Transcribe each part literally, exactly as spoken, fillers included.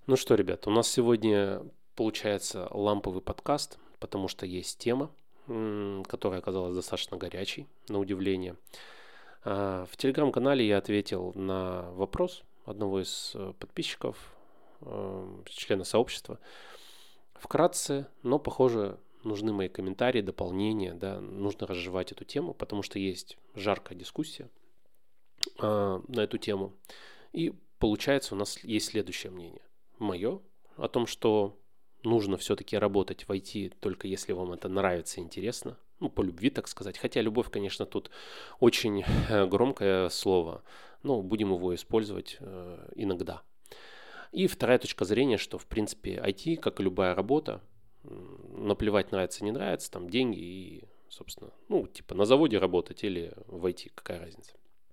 Ну что, ребят, у нас сегодня получается ламповый подкаст, потому что есть тема, м, которая оказалась достаточно горячей, на удивление. А, В телеграм-канале я ответил на вопрос одного из э, подписчиков, э, члена сообщества. Вкратце, но, похоже, нужны мои комментарии, дополнения, да, нужно разжевать эту тему, потому что есть жаркая дискуссия а, на эту тему. И получается, у нас есть следующее мнение. Мое о том, что нужно все-таки работать в ай ти, только если вам это нравится и интересно. Ну, по любви, так сказать. Хотя любовь, конечно, тут очень э, громкое слово, но будем его использовать э, иногда. И вторая точка зрения, что, в принципе, ай ти, как и любая работа, м, наплевать, нравится, не нравится, там деньги и, собственно, ну, типа на заводе работать или в ай ти, какая разница.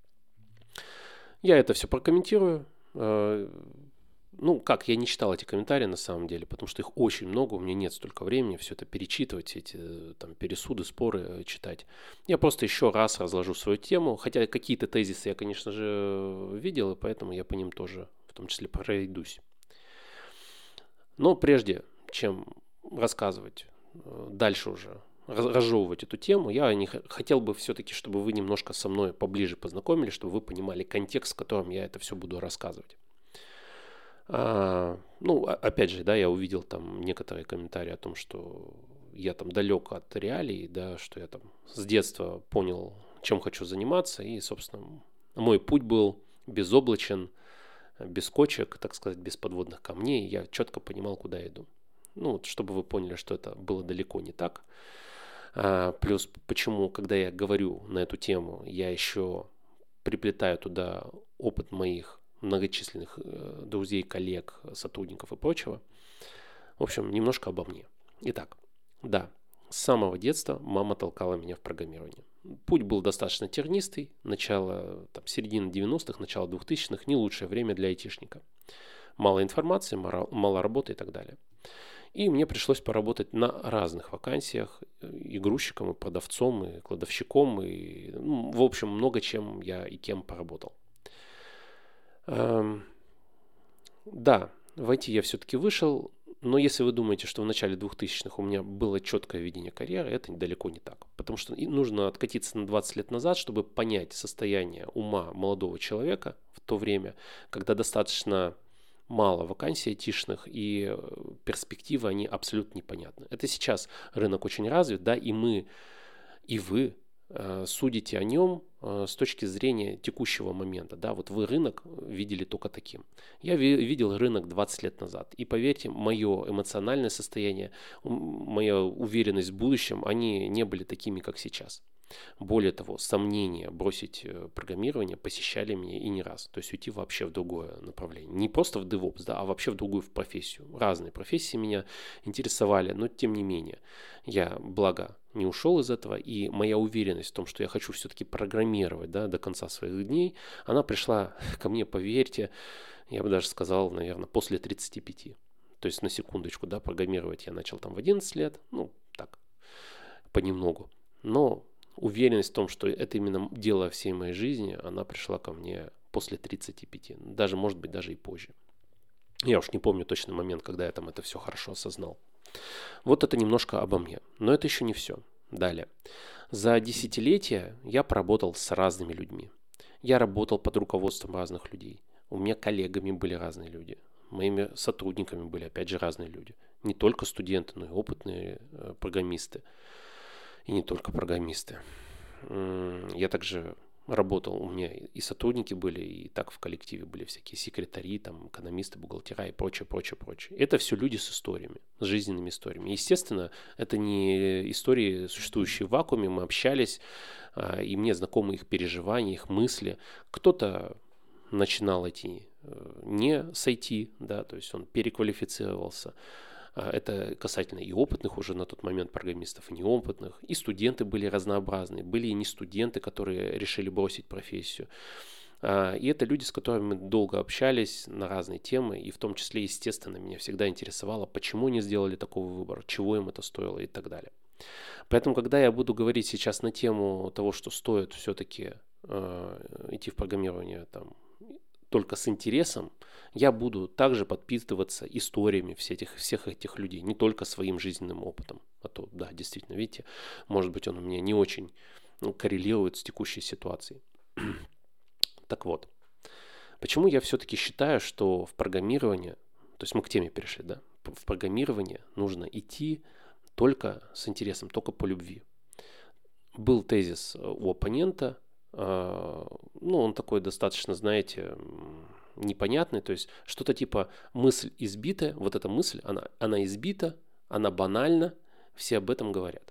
Я это все прокомментирую. Э, Ну, как, я не читал эти комментарии на самом деле, потому что их очень много, у меня нет столько времени все это перечитывать, все эти э, там пересуды, споры э, читать. Я просто еще раз разложу свою тему, хотя какие-то тезисы я, конечно же, видел, и поэтому я по ним тоже в том числе пройдусь. Но прежде чем рассказывать э, дальше уже, раз- разжевывать эту тему, я не х- хотел бы все-таки, чтобы вы немножко со мной поближе познакомились, чтобы вы понимали контекст, в котором я это все буду рассказывать. А, ну, о- опять же, да, я увидел там некоторые комментарии о том, что я там далек от реалий, да, что я там с детства понял, чем хочу заниматься, и, собственно, мой путь был безоблачен, без кочек, так сказать, без подводных камней, я четко понимал, куда иду. Ну, вот, чтобы вы поняли, что это было далеко не так. А, плюс, почему, когда я говорю на эту тему, я еще приплетаю туда опыт моих многочисленных э, друзей, коллег, сотрудников и прочего. В общем, немножко обо мне. Итак, да, с самого детства мама толкала меня в программирование. Путь был достаточно тернистый. Начало, там, середина девяностых, начало двухтысячных, не лучшее время для айтишника. Мало информации, мало, мало работы и так далее. И мне пришлось поработать на разных вакансиях, и грузчиком, и продавцом, и кладовщиком, и, ну, в общем, много чем я и кем поработал. Эм, да, в ай ти я все-таки вышел, но если вы думаете, что в начале двухтысячных у меня было четкое видение карьеры, это далеко не так. Потому что и нужно откатиться на двадцать лет назад, чтобы понять состояние ума молодого человека в то время, когда достаточно мало вакансий айтишных, и э, перспективы, они абсолютно непонятны. Это сейчас рынок очень развит, да, и мы, и вы э, судите о нем э, с точки зрения текущего момента. Да, вот вы рынок видели только таким. Я ви- видел рынок двадцать лет назад. И поверьте, мое эмоциональное состояние, м, моя уверенность в будущем, они не были такими, как сейчас. Более того, сомнения бросить э, программирование посещали меня и не раз. То есть уйти вообще в другое направление. Не просто в DevOps, да, а вообще в другую в профессию. Разные профессии меня интересовали, но тем не менее. Я, благо, не ушел из этого, и моя уверенность в том, что я хочу все-таки программировать, да, до конца своих дней, она пришла ко мне, поверьте, я бы даже сказал, наверное, после тридцати пяти. То есть, на секундочку, да, программировать я начал там в одиннадцать лет, ну, так, понемногу. Но уверенность в том, что это именно дело всей моей жизни, она пришла ко мне после тридцати пяти. Даже, может быть, даже и позже. Я уж не помню точный момент, когда я там это все хорошо осознал. Вот это немножко обо мне. Но это еще не все. Далее. За десятилетия я поработал с разными людьми. Я работал под руководством разных людей. У меня коллегами были разные люди. Моими сотрудниками были, опять же, разные люди. Не только студенты, но и опытные э, программисты. И не только программисты. Я также работал, у меня и сотрудники были, и так в коллективе были всякие секретари, там, экономисты, бухгалтера и прочее, прочее, прочее. Это все люди с историями, с жизненными историями. Естественно, это не истории, существующие в вакууме, мы общались, а, и мне знакомы их переживания, их мысли. Кто-то начинал идти не с ай ти, да, то есть он переквалифицировался. Это касательно и опытных уже на тот момент программистов, и неопытных. И студенты были разнообразные. Были и не студенты, которые решили бросить профессию. И это люди, с которыми мы долго общались на разные темы. И в том числе, естественно, меня всегда интересовало, почему они сделали такой выбор, чего им это стоило и так далее. Поэтому, когда я буду говорить сейчас на тему того, что стоит все-таки э, идти в программирование там, только с интересом, я буду также подпитываться историями всех этих, всех этих людей, не только своим жизненным опытом. А то, да, действительно, видите, может быть, он у меня не очень ну, коррелирует с текущей ситуацией. Так вот, почему я все-таки считаю, что в программировании, то есть мы к теме перешли, да, в программировании нужно идти только с интересом, только по любви. Был тезис у оппонента, ну, он такой достаточно, знаете, непонятный, то есть что-то типа мысль избитая, вот эта мысль, она, она избита, она банальна, все об этом говорят.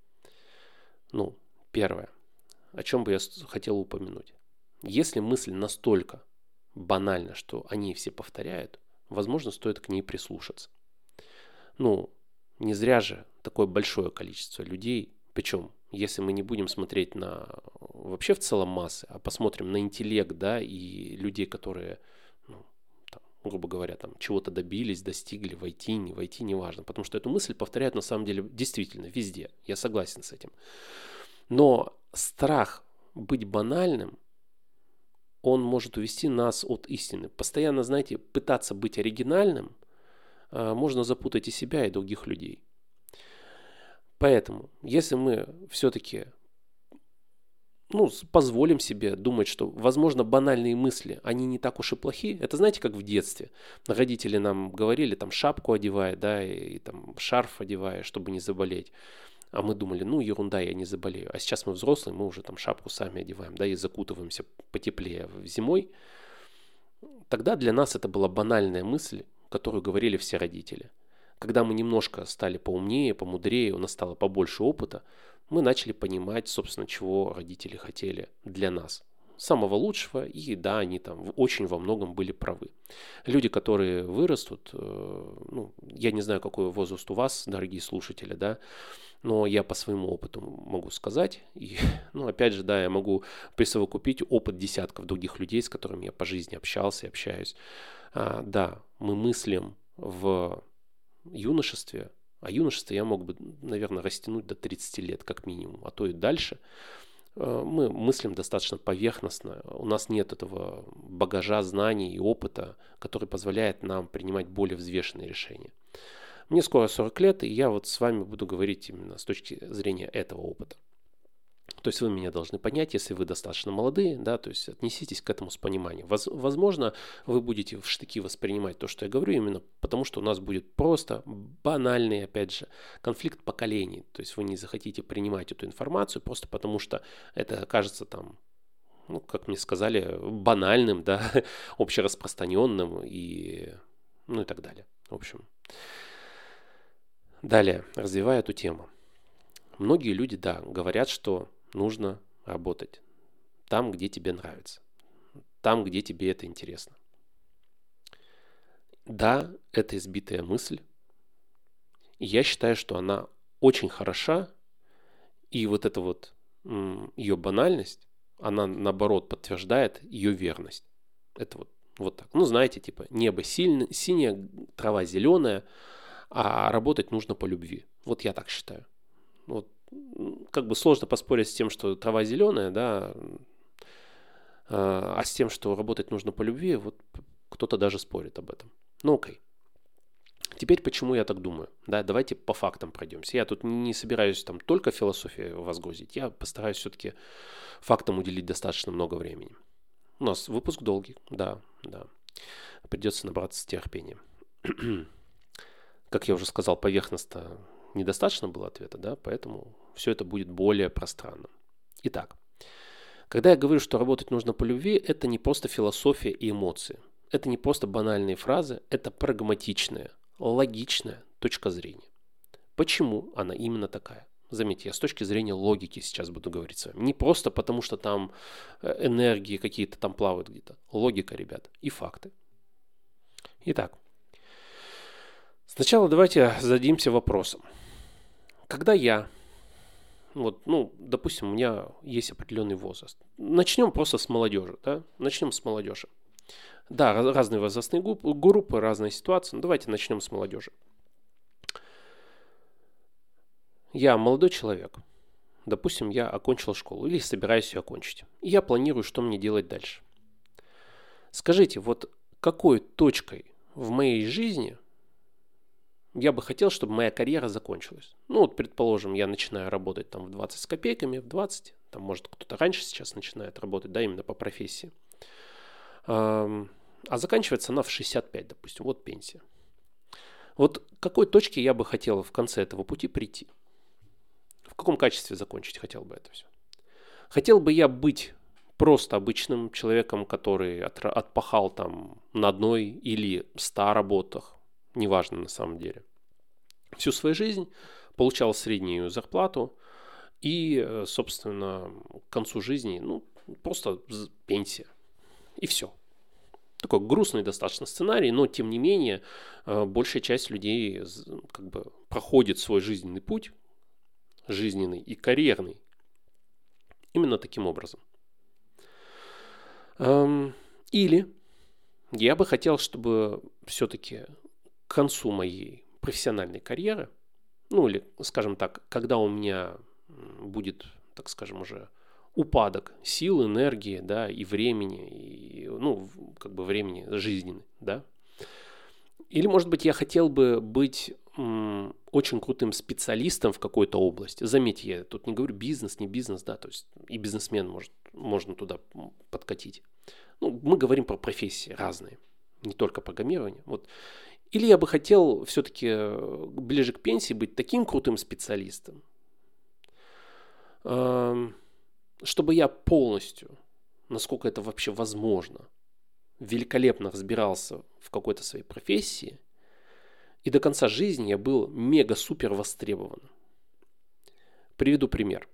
Ну, первое, о чем бы я хотел упомянуть. Если мысль настолько банальна, что они все повторяют, возможно, стоит к ней прислушаться. Ну, не зря же такое большое количество людей, причем, если мы не будем смотреть на вообще в целом массы, а посмотрим на интеллект, да, и людей, которые, ну, там, грубо говоря, там чего-то добились, достигли, войти, не войти, неважно, потому что эту мысль повторяют на самом деле действительно везде, я согласен с этим. Но страх быть банальным, он может увести нас от истины. Постоянно, знаете, пытаться быть оригинальным, можно запутать и себя, и других людей. Поэтому, если мы все-таки ну, позволим себе думать, что, возможно, банальные мысли, они не так уж и плохи, это знаете, как в детстве. Родители нам говорили, там, шапку одевай, да, и, и там, шарф одевай, чтобы не заболеть. А мы думали, ну, ерунда, я не заболею. А сейчас мы взрослые, мы уже там шапку сами одеваем, да, и закутываемся потеплее зимой. Тогда для нас это была банальная мысль, которую говорили все родители. Когда мы немножко стали поумнее, помудрее, у нас стало побольше опыта, мы начали понимать, собственно, чего родители хотели для нас. Самого лучшего, и да, они там очень во многом были правы. Люди, которые вырастут, ну, я не знаю, какой возраст у вас, дорогие слушатели, да, но я по своему опыту могу сказать, и, ну, опять же, да, я могу присовокупить опыт десятков других людей, с которыми я по жизни общался и общаюсь. А, да, мы мыслим в юношестве, а юношество я мог бы, наверное, растянуть до тридцати лет как минимум, а то и дальше. Мы мыслим достаточно поверхностно, у нас нет этого багажа знаний и опыта, который позволяет нам принимать более взвешенные решения. Мне скоро сорок лет, и я вот с вами буду говорить именно с точки зрения этого опыта. То есть вы меня должны понять, если вы достаточно молодые, да, то есть отнеситесь к этому с пониманием. Возможно, вы будете в штыки воспринимать то, что я говорю, именно потому, что у нас будет просто банальный, опять же, конфликт поколений. То есть вы не захотите принимать эту информацию просто потому, что это кажется там, ну, как мне сказали, банальным, да, общераспространенным и, ну и так далее. В общем, далее, развивая эту тему. Многие люди, да, говорят, что нужно работать там, где тебе нравится, там, где тебе это интересно. Да, это избитая мысль, и я считаю, что она очень хороша, и вот эта вот м, ее банальность, она наоборот подтверждает ее верность. Это вот, вот так. Ну, знаете, типа небо сильно, синее, трава зеленая, а работать нужно по любви. Вот я так считаю. Вот. Как бы сложно поспорить с тем, что трава зеленая, да, а с тем, что работать нужно по любви, вот кто-то даже спорит об этом. Ну окей. Теперь почему я так думаю? Да, давайте по фактам пройдемся. Я тут не собираюсь там только философию возгрузить, я постараюсь все-таки фактам уделить достаточно много времени. У нас выпуск долгий, да, да. Придется набраться терпения. Как я уже сказал, поверхностно недостаточно было ответа, да, поэтому все это будет более пространным. Итак, когда я говорю, что работать нужно по любви, это не просто философия и эмоции. Это не просто банальные фразы, это прагматичная, логичная точка зрения. Почему она именно такая? Заметьте, я с точки зрения логики сейчас буду говорить с вами. Не просто потому, что там энергии какие-то там плавают где-то. Логика, ребят, и факты. Итак, сначала давайте зададимся вопросом. Когда я, вот, ну, допустим, у меня есть определенный возраст. Начнем просто с молодежи, да? Начнем с молодежи. Да, разные возрастные группы, разные ситуации. Но давайте начнем с молодежи. Я молодой человек. Допустим, я окончил школу или собираюсь ее окончить. И я планирую, что мне делать дальше. Скажите, вот какой точкой в моей жизни я бы хотел, чтобы моя карьера закончилась? Ну вот, предположим, я начинаю работать там в двадцать с копейками, в двадцать, там может кто-то раньше сейчас начинает работать, да, именно по профессии. Ам, А заканчивается она в шестьдесят пять, допустим, вот пенсия. Вот к какой точке я бы хотел в конце этого пути прийти? В каком качестве закончить хотел бы это все? Хотел бы я быть просто обычным человеком, который отра- отпахал там на одной или ста работах, неважно на самом деле, всю свою жизнь, получал среднюю зарплату и, э, собственно, к концу жизни, ну, просто з- пенсия. И все. Такой грустный достаточно сценарий, но тем не менее э, большая часть людей з- как бы проходит свой жизненный путь, жизненный и карьерный, именно таким образом. Эм, Или я бы хотел, чтобы все-таки к концу моей профессиональной карьеры, ну или, скажем так, когда у меня м, будет, так скажем, уже упадок сил, энергии, да, и времени, и, ну, в- как бы времени жизненной, да. Или, может быть, я хотел бы быть м, очень крутым специалистом в какой-то области. Заметьте, я тут не говорю бизнес, не бизнес, да, то есть и бизнесмен может, можно туда м, подкатить. Ну, мы говорим про профессии разные, не только программирование. Вот. Или я бы хотел все-таки ближе к пенсии быть таким крутым специалистом, эм, чтобы я полностью, насколько это вообще возможно, великолепно разбирался в какой-то своей профессии, и до конца жизни я был мега-супер востребован. Приведу пример.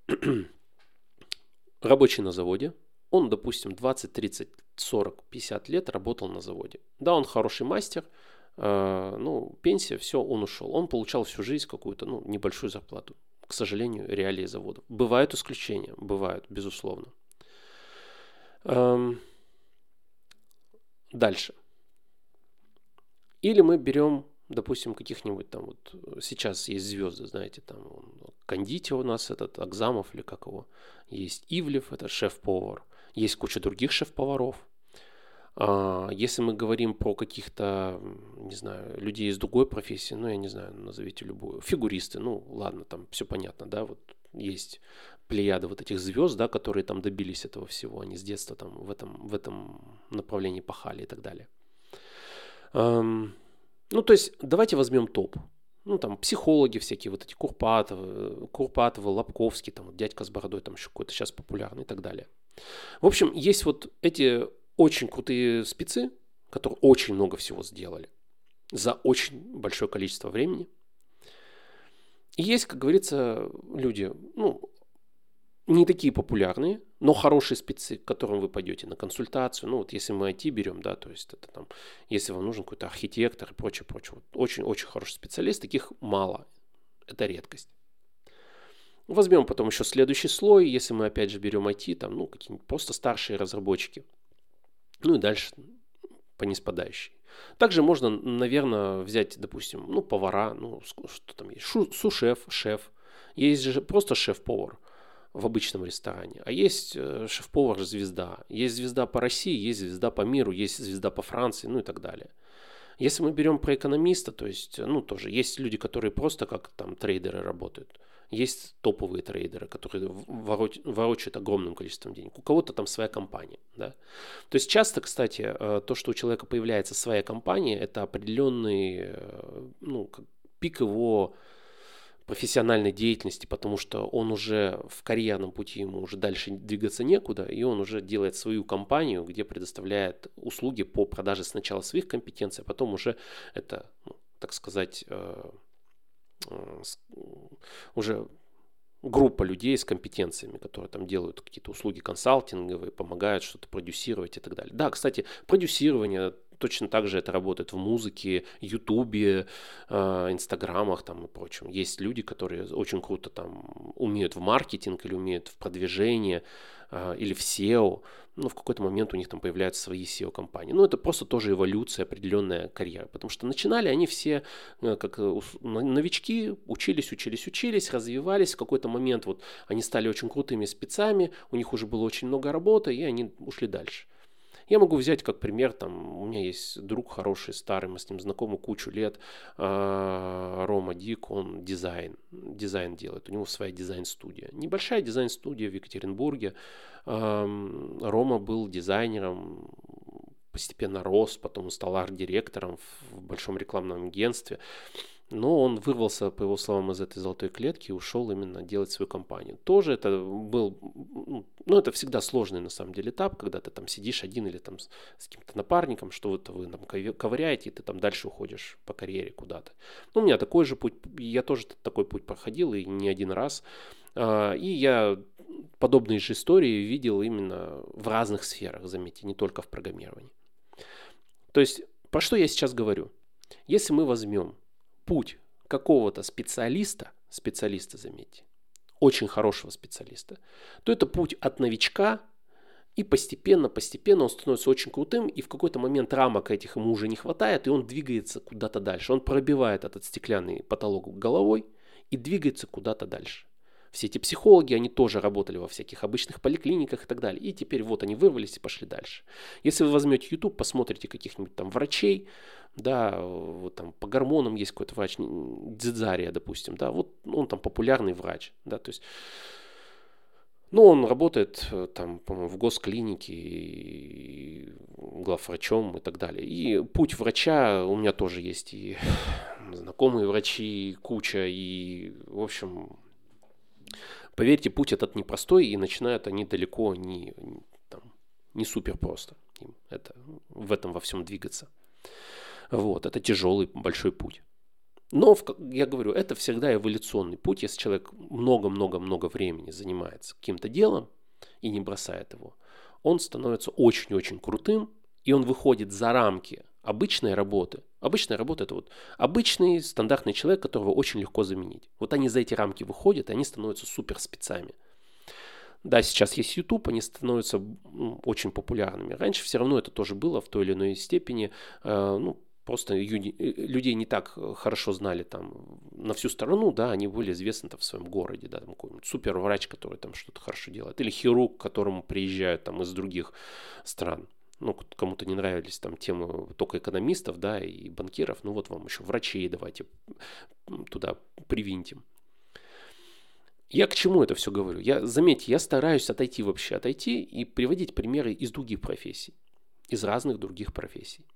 Рабочий на заводе, он, допустим, двадцать, тридцать, сорок, пятьдесят лет работал на заводе. Да, он хороший мастер, э, ну, пенсия, все, он ушел. Он получал всю жизнь какую-то, ну, небольшую зарплату. К сожалению, реалии заводов. Бывают исключения, бывают, безусловно. Эм, Дальше. Или мы берем, допустим, каких-нибудь там вот э, сейчас есть звезды, знаете, там он, Кондитер у нас этот, Акзамов или как его, есть Ивлев, это шеф-повар, есть куча других шеф-поваров. А, Если мы говорим про каких-то, м, не знаю, людей из другой профессии, ну, я не знаю, назовите любую, фигуристы, ну, ладно, там все понятно, да, вот есть плеяда вот этих звезд, да, которые там добились этого всего, они с детства там в этом, в этом направлении пахали и так далее. Ам, Ну, то есть, давайте возьмем топ. Ну, там, психологи всякие, вот эти Курпатовы, Курпатовы, Лобковский, там, вот дядька с бородой, там еще какой-то сейчас популярный и так далее. В общем, есть вот эти очень крутые спецы, которые очень много всего сделали за очень большое количество времени. И есть, как говорится, люди, ну, не такие популярные, но хорошие спецы, к которым вы пойдете на консультацию. Ну, вот если мы ай ти берем, да, то есть это там, если вам нужен какой-то архитектор и прочее, прочее. Вот очень-очень хороший специалист, таких мало. Это редкость. Возьмем потом еще следующий слой, если мы опять же берем ай ти, там, ну, какие-нибудь просто старшие разработчики. Ну и дальше по ниспадающей. Также можно, наверное, взять, допустим, ну, повара, ну, что там есть, шу- су-шеф, шеф. Есть же просто шеф-повар в обычном ресторане, а есть э, шеф-повар-звезда. Есть звезда по России, есть звезда по миру, есть звезда по Франции, ну и так далее. Если мы берем про экономиста, то есть, ну, тоже есть люди, которые просто как там трейдеры работают. Есть топовые трейдеры, которые ворот- ворочают огромным количеством денег. У кого-то там своя компания, да. То есть часто, кстати, э, то, что у человека появляется своя компания, это определенный, э, ну, как пик его профессиональной деятельности, потому что он уже в карьерном пути, ему уже дальше двигаться некуда, и он уже делает свою компанию, где предоставляет услуги по продаже сначала своих компетенций, а потом уже это, ну, так сказать, э, э, с- уже группа людей с компетенциями, которые там делают какие-то услуги консалтинговые, помогают что-то продюсировать и так далее. Да, кстати, продюсирование точно так же это работает в музыке, ютубе, э, инстаграмах там и прочем. Есть люди, которые очень круто там умеют в маркетинг или умеют в продвижение э, или в сео. Ну, в какой-то момент у них там появляются свои сео-компании. Ну, это просто тоже эволюция, определенная карьера. Потому что начинали они все э, как э, ус- но- новички, учились, учились, учились, развивались. В какой-то момент вот они стали очень крутыми спецами, у них уже было очень много работы, и они ушли дальше. Я могу взять как пример, там, у меня есть друг хороший, старый, мы с ним знакомы кучу лет, Рома Дик, он дизайн, дизайн делает, у него своя дизайн-студия. Небольшая дизайн-студия в Екатеринбурге. Рома был дизайнером, постепенно рос, потом стал арт-директором в большом рекламном агентстве. Но он вырвался, по его словам, из этой золотой клетки и ушел именно делать свою компанию. Тоже это был, ну, это всегда сложный на самом деле этап, когда ты там сидишь один или там с, с каким-то напарником, что вот вы там ковыряете, и ты там дальше уходишь по карьере куда-то. Ну, у меня такой же путь, я тоже такой путь проходил, и не один раз. И я подобные же истории видел именно в разных сферах, заметьте, не только в программировании. То есть, про что я сейчас говорю? Если мы возьмем путь какого-то специалиста, специалиста, заметьте, очень хорошего специалиста, то это путь от новичка, и постепенно, постепенно он становится очень крутым, и в какой-то момент рамок этих ему уже не хватает, и он двигается куда-то дальше. Он пробивает этот стеклянный потолок головой и двигается куда-то дальше. Все эти психологи, они тоже работали во всяких обычных поликлиниках и так далее. И теперь вот они вырвались и пошли дальше. Если вы возьмете YouTube, посмотрите каких-нибудь там врачей, да, вот там по гормонам есть какой-то врач, Дзидзария, допустим, да, вот он там популярный врач, да, то есть, ну, он работает там, по-моему, в госклинике, и главврачом и так далее. И путь врача у меня тоже есть, и знакомые врачи, куча, и, в общем... Поверьте, путь этот непростой, и начинают они далеко не, там, не супер просто. Им это, в этом во всем двигаться. Вот, это тяжелый, большой путь. Но, я говорю, это всегда эволюционный путь. Если человек много-много-много времени занимается каким-то делом и не бросает его, он становится очень-очень крутым, и он выходит за рамки обычной работы. Обычная работа – это вот обычный стандартный человек, которого очень легко заменить. Вот они за эти рамки выходят, и они становятся суперспецами. Да, сейчас есть YouTube, они становятся ну, очень популярными. Раньше все равно это тоже было в той или иной степени. Э, ну, просто люди, людей не так хорошо знали там на всю страну, да, они были известны там в своем городе, да, там какой-нибудь суперврач, который там что-то хорошо делает, или хирург, к которому приезжают там из других стран. Ну, кому-то не нравились там темы только экономистов, да, и банкиров, ну вот вам еще врачей давайте туда привинтим. Я к чему это все говорю? Я, заметьте, я стараюсь отойти вообще, отойти и приводить примеры из других профессий, из разных других профессий.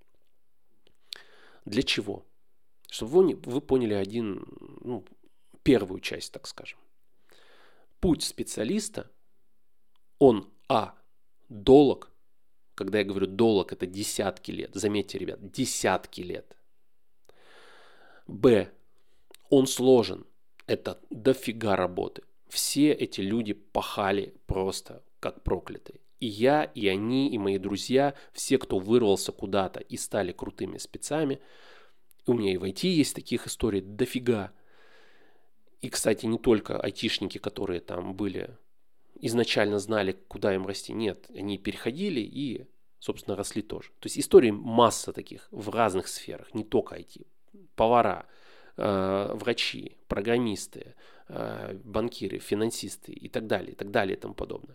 Для чего? Чтобы вы, вы поняли один, ну, первую часть, так скажем. Путь специалиста, он, а, долг. Когда я говорю долг, это десятки лет. Заметьте, ребят, десятки лет. Б. Он сложен. Это дофига работы. Все эти люди пахали просто как проклятые. И я, и они, и мои друзья, все, кто вырвался куда-то и стали крутыми спецами. У меня и в ай ти есть таких историй дофига. И, кстати, не только айтишники, которые там были... изначально знали, куда им расти. Нет, они переходили и, собственно, росли тоже. То есть историй масса таких в разных сферах, не только ай ти. Повара, э, врачи, программисты, э, банкиры, финансисты и так далее, и так далее и тому подобное.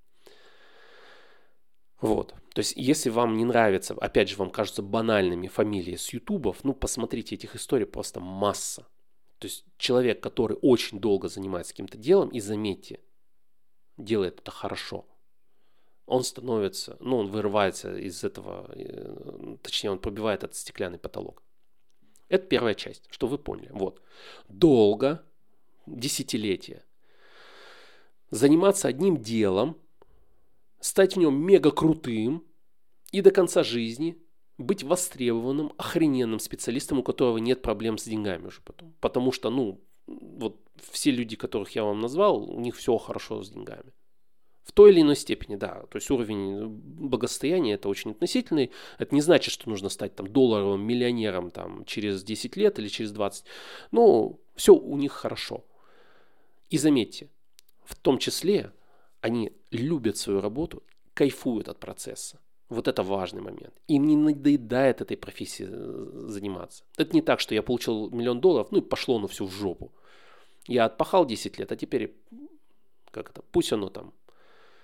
Вот. То есть, если вам не нравится, опять же, вам кажутся банальными фамилии с ютубов, ну, посмотрите, этих историй просто масса. То есть, человек, который очень долго занимается каким-то делом, и заметьте, делает это хорошо. Он становится, ну, он вырывается из этого, точнее, он пробивает этот стеклянный потолок. Это первая часть, что вы поняли. Вот. Долго, десятилетия, заниматься одним делом, стать в нем мега крутым и до конца жизни быть востребованным, охрененным специалистом, у которого нет проблем с деньгами уже потом. Потому что, ну, вот все люди, которых я вам назвал, у них все хорошо с деньгами. В той или иной степени, да. То есть уровень благосостояния это очень относительный. Это не значит, что нужно стать там долларовым миллионером там, через десять лет или через двадцать. Но все у них хорошо. И заметьте, в том числе они любят свою работу, кайфуют от процесса. Вот это важный момент. Им не надоедает этой профессией заниматься. Это не так, что я получил миллион долларов, ну и пошло оно все в жопу. Я отпахал десять лет, а теперь как это, пусть оно там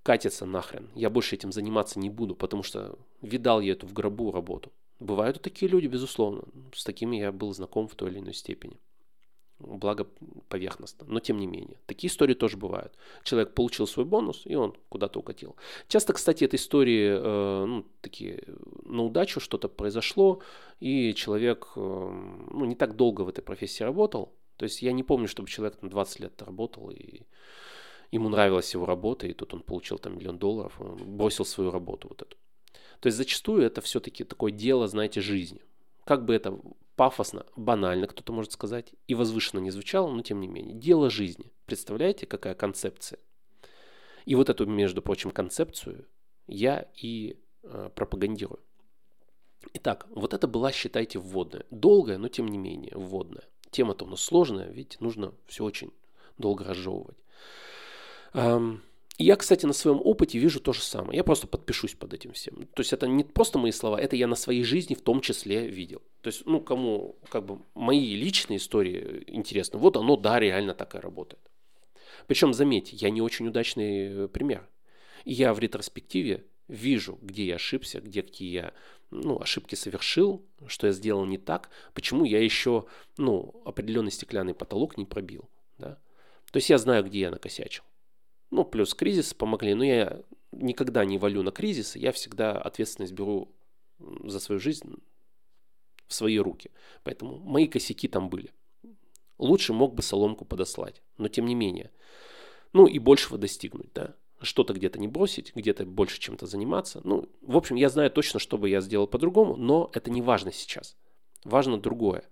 катится нахрен, я больше этим заниматься не буду, потому что видал я эту в гробу работу. Бывают и такие люди, безусловно. С такими я был знаком в той или иной степени. Благо поверхностно, но тем не менее. Такие истории тоже бывают. Человек получил свой бонус, и он куда-то укатил. Часто, кстати, это истории, э, ну, такие, на удачу что-то произошло, и человек э, ну, не так долго в этой профессии работал. То есть я не помню, чтобы человек там двадцать лет работал, и ему нравилась его работа, и тут он получил там миллион долларов, он бросил свою работу вот эту. То есть зачастую это все-таки такое дело, знаете, жизни. Как бы это пафосно, банально, кто-то может сказать, и возвышенно не звучало, но тем не менее. Дело жизни. Представляете, какая концепция? И вот эту, между прочим, концепцию я и э, пропагандирую. Итак, вот это была, считайте, вводная. Долгая, но тем не менее вводная. Тема-то у нас сложная, ведь нужно все очень долго разжевывать. Эм, Я, кстати, на своем опыте вижу то же самое. Я просто подпишусь под этим всем. То есть это не просто мои слова, это я на своей жизни в том числе видел. То есть, ну, кому как бы мои личные истории интересны, вот оно, да, реально так и работает. Причем, заметьте, я не очень удачный пример. И я в ретроспективе вижу, где я ошибся, где какие я ну, ошибки совершил, что я сделал не так, почему я еще ну, определенный стеклянный потолок не пробил. Да? То есть я знаю, где я накосячил. Ну, плюс кризисы помогли, но я никогда не валю на кризисы, я всегда ответственность беру за свою жизнь в свои руки. Поэтому мои косяки там были. Лучше мог бы соломку подослать, но тем не менее. Ну и большего достигнуть, да. Что-то где-то не бросить, где-то больше чем-то заниматься. Ну, в общем, я знаю точно, что бы я сделал по-другому, но это не важно сейчас. Важно другое.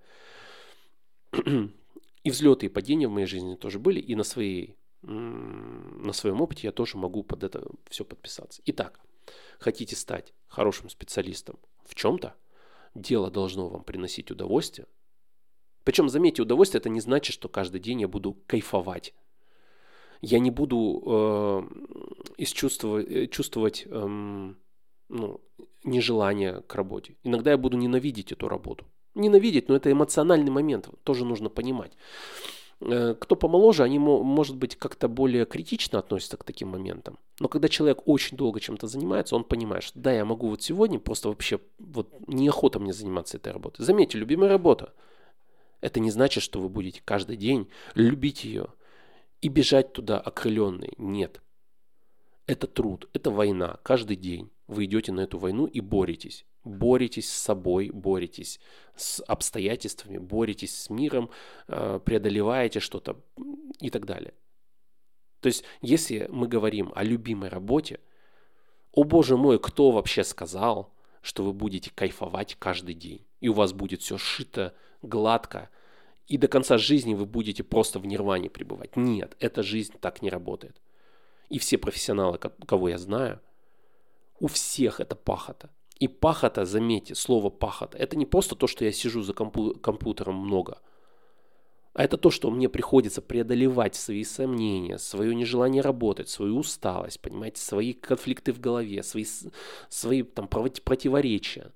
И взлеты, и падения в моей жизни тоже были, и на своей на своем опыте я тоже могу под это все подписаться. Итак, хотите стать хорошим специалистом в чем-то, дело должно вам приносить удовольствие. Причем, заметьте, удовольствие это не значит, что каждый день я буду кайфовать. Я не буду э, чувствовать, чувствовать э, ну, нежелание к работе. Иногда я буду ненавидеть эту работу. Ненавидеть, но это эмоциональный момент, тоже нужно понимать. Кто помоложе, они, может быть, как-то более критично относятся к таким моментам. Но когда человек очень долго чем-то занимается, он понимает, что да, я могу вот сегодня просто вообще, вот неохота мне заниматься этой работой. Заметьте, любимая работа. Это не значит, что вы будете каждый день любить ее и бежать туда окрыленный. Нет. Это труд, это война. Каждый день вы идете на эту войну и боретесь. Боретесь с собой, боретесь с обстоятельствами, боретесь с миром, преодолеваете что-то и так далее. То есть, если мы говорим о любимой работе, о боже мой, кто вообще сказал, что вы будете кайфовать каждый день, и у вас будет все сшито, гладко, и до конца жизни вы будете просто в нирване пребывать. Нет, эта жизнь так не работает. И все профессионалы, кого я знаю, у всех это пахота. И пахота, заметьте, слово пахота, это не просто то, что я сижу за компу- компьютером много, а это то, что мне приходится преодолевать свои сомнения, свое нежелание работать, свою усталость, понимаете, свои конфликты в голове, свои, свои там, противоречия.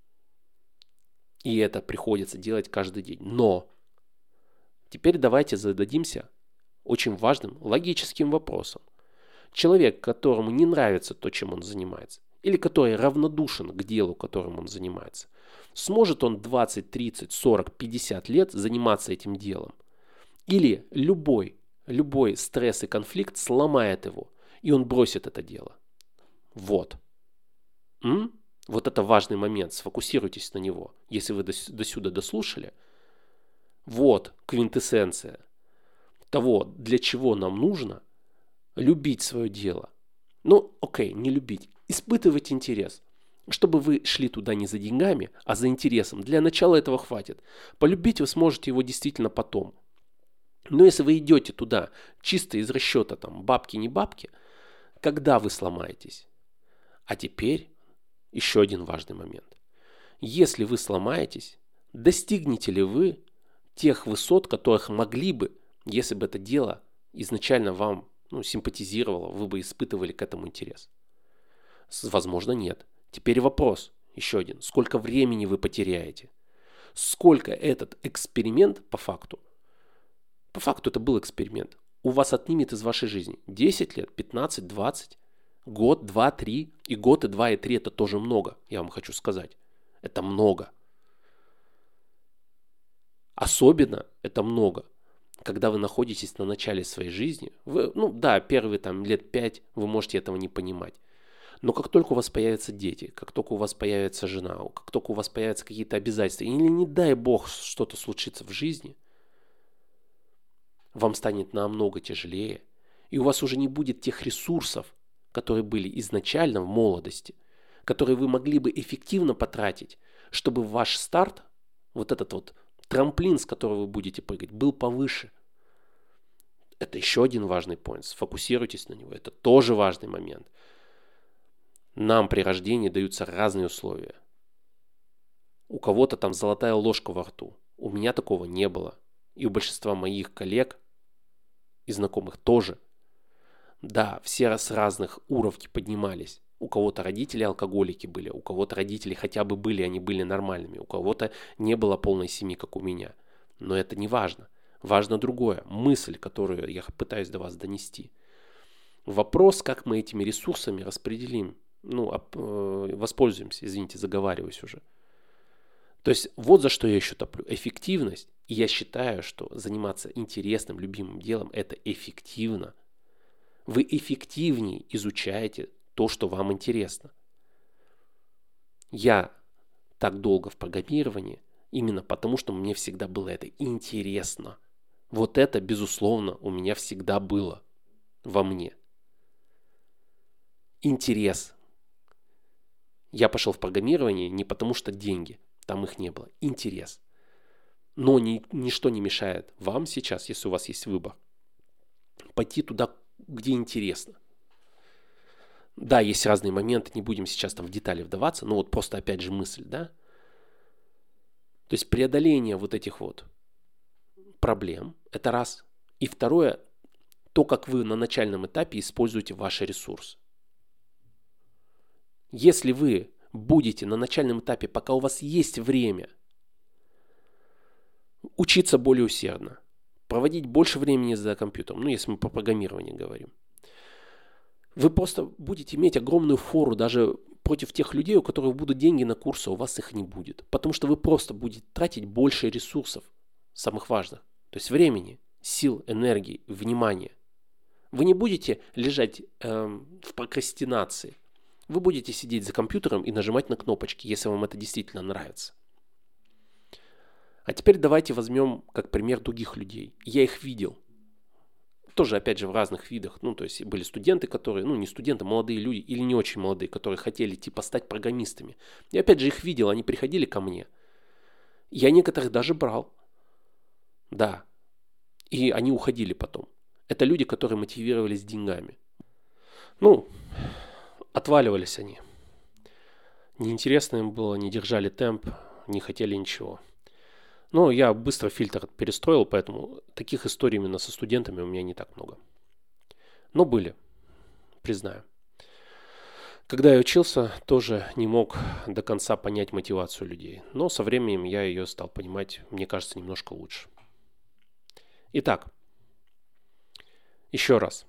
И это приходится делать каждый день. Но теперь давайте зададимся очень важным логическим вопросом. Человек, которому не нравится то, чем он занимается, или который равнодушен к делу, которым он занимается, сможет он двадцать, тридцать, сорок, пятьдесят лет заниматься этим делом? Или любой, любой стресс и конфликт сломает его, и он бросит это дело? Вот. М? Вот это важный момент, сфокусируйтесь на него. Если вы до, до сюда дослушали, вот квинтэссенция того, для чего нам нужно любить свое дело. Ну, окей, не любить. Испытывать интерес. Чтобы вы шли туда не за деньгами, а за интересом. Для начала этого хватит. Полюбить вы сможете его действительно потом. Но если вы идете туда чисто из расчета там бабки не бабки, когда вы сломаетесь? А теперь еще один важный момент. Если вы сломаетесь, достигнете ли вы тех высот, которых могли бы, если бы это дело изначально вам ну, симпатизировало, вы бы испытывали к этому интерес? Возможно, нет. Теперь вопрос, еще один. Сколько времени вы потеряете? Сколько этот эксперимент по факту, по факту это был эксперимент, у вас отнимет из вашей жизни? десять лет, пятнадцать, двадцать? Год, два, три. И год, и два, и три – это тоже много, я вам хочу сказать. Это много. Особенно это много, когда вы находитесь на начале своей жизни. Вы, ну да, первые там лет пять вы можете этого не понимать. Но как только у вас появятся дети, как только у вас появится жена, как только у вас появятся какие-то обязательства, или не дай бог что-то случится в жизни, вам станет намного тяжелее. И у вас уже не будет тех ресурсов, которые были изначально в молодости, которые вы могли бы эффективно потратить, чтобы ваш старт, вот этот вот трамплин, с которого вы будете прыгать, был повыше. Это еще один важный поинт. Сфокусируйтесь на него. Это тоже важный момент. Нам при рождении даются разные условия. У кого-то там золотая ложка во рту. У меня такого не было. И у большинства моих коллег и знакомых тоже. Да, все с разных уровней поднимались. У кого-то родители алкоголики были, у кого-то родители хотя бы были, они были нормальными, у кого-то не было полной семьи, как у меня. Но это не важно. Важно другое. Мысль, которую я пытаюсь до вас донести. Вопрос, как мы этими ресурсами распределим. Ну, воспользуемся, извините, заговариваюсь уже. То есть вот за что я еще топлю. Эффективность. И я считаю, что заниматься интересным, любимым делом – это эффективно. Вы эффективнее изучаете то, что вам интересно. Я так долго в программировании именно потому, что мне всегда было это интересно. Вот это, безусловно, у меня всегда было во мне. Интерес. Я пошел в программирование не потому, что деньги, там их не было. Интерес. Но ни, ничто не мешает вам сейчас, если у вас есть выбор, пойти туда, где интересно. Да, есть разные моменты, не будем сейчас там в детали вдаваться, но вот просто опять же мысль, да? То есть преодоление вот этих вот проблем, это раз. И второе, то, как вы на начальном этапе используете ваши ресурсы. Если вы будете на начальном этапе, пока у вас есть время, учиться более усердно, проводить больше времени за компьютером, ну если мы про программирование говорим, вы просто будете иметь огромную фору даже против тех людей, у которых будут деньги на курсы, а у вас их не будет. Потому что вы просто будете тратить больше ресурсов, самых важных. То есть времени, сил, энергии, внимания. Вы не будете лежать эм, в прокрастинации. Вы будете сидеть за компьютером и нажимать на кнопочки, если вам это действительно нравится. А теперь давайте возьмем как пример других людей. Я их видел. Тоже, опять же, в разных видах. Ну, то есть были студенты, которые, ну, не студенты, молодые люди или не очень молодые, которые хотели, типа, стать программистами. И опять же их видел, они приходили ко мне. Я некоторых даже брал. Да. И они уходили потом. Это люди, которые мотивировались деньгами. Ну, отваливались они. Неинтересно им было, не держали темп, не хотели ничего. Но я быстро фильтр перестроил, поэтому таких историй именно со студентами у меня не так много. Но были, признаю. Когда я учился, тоже не мог до конца понять мотивацию людей. Но со временем я ее стал понимать, мне кажется, немножко лучше. Итак, еще раз.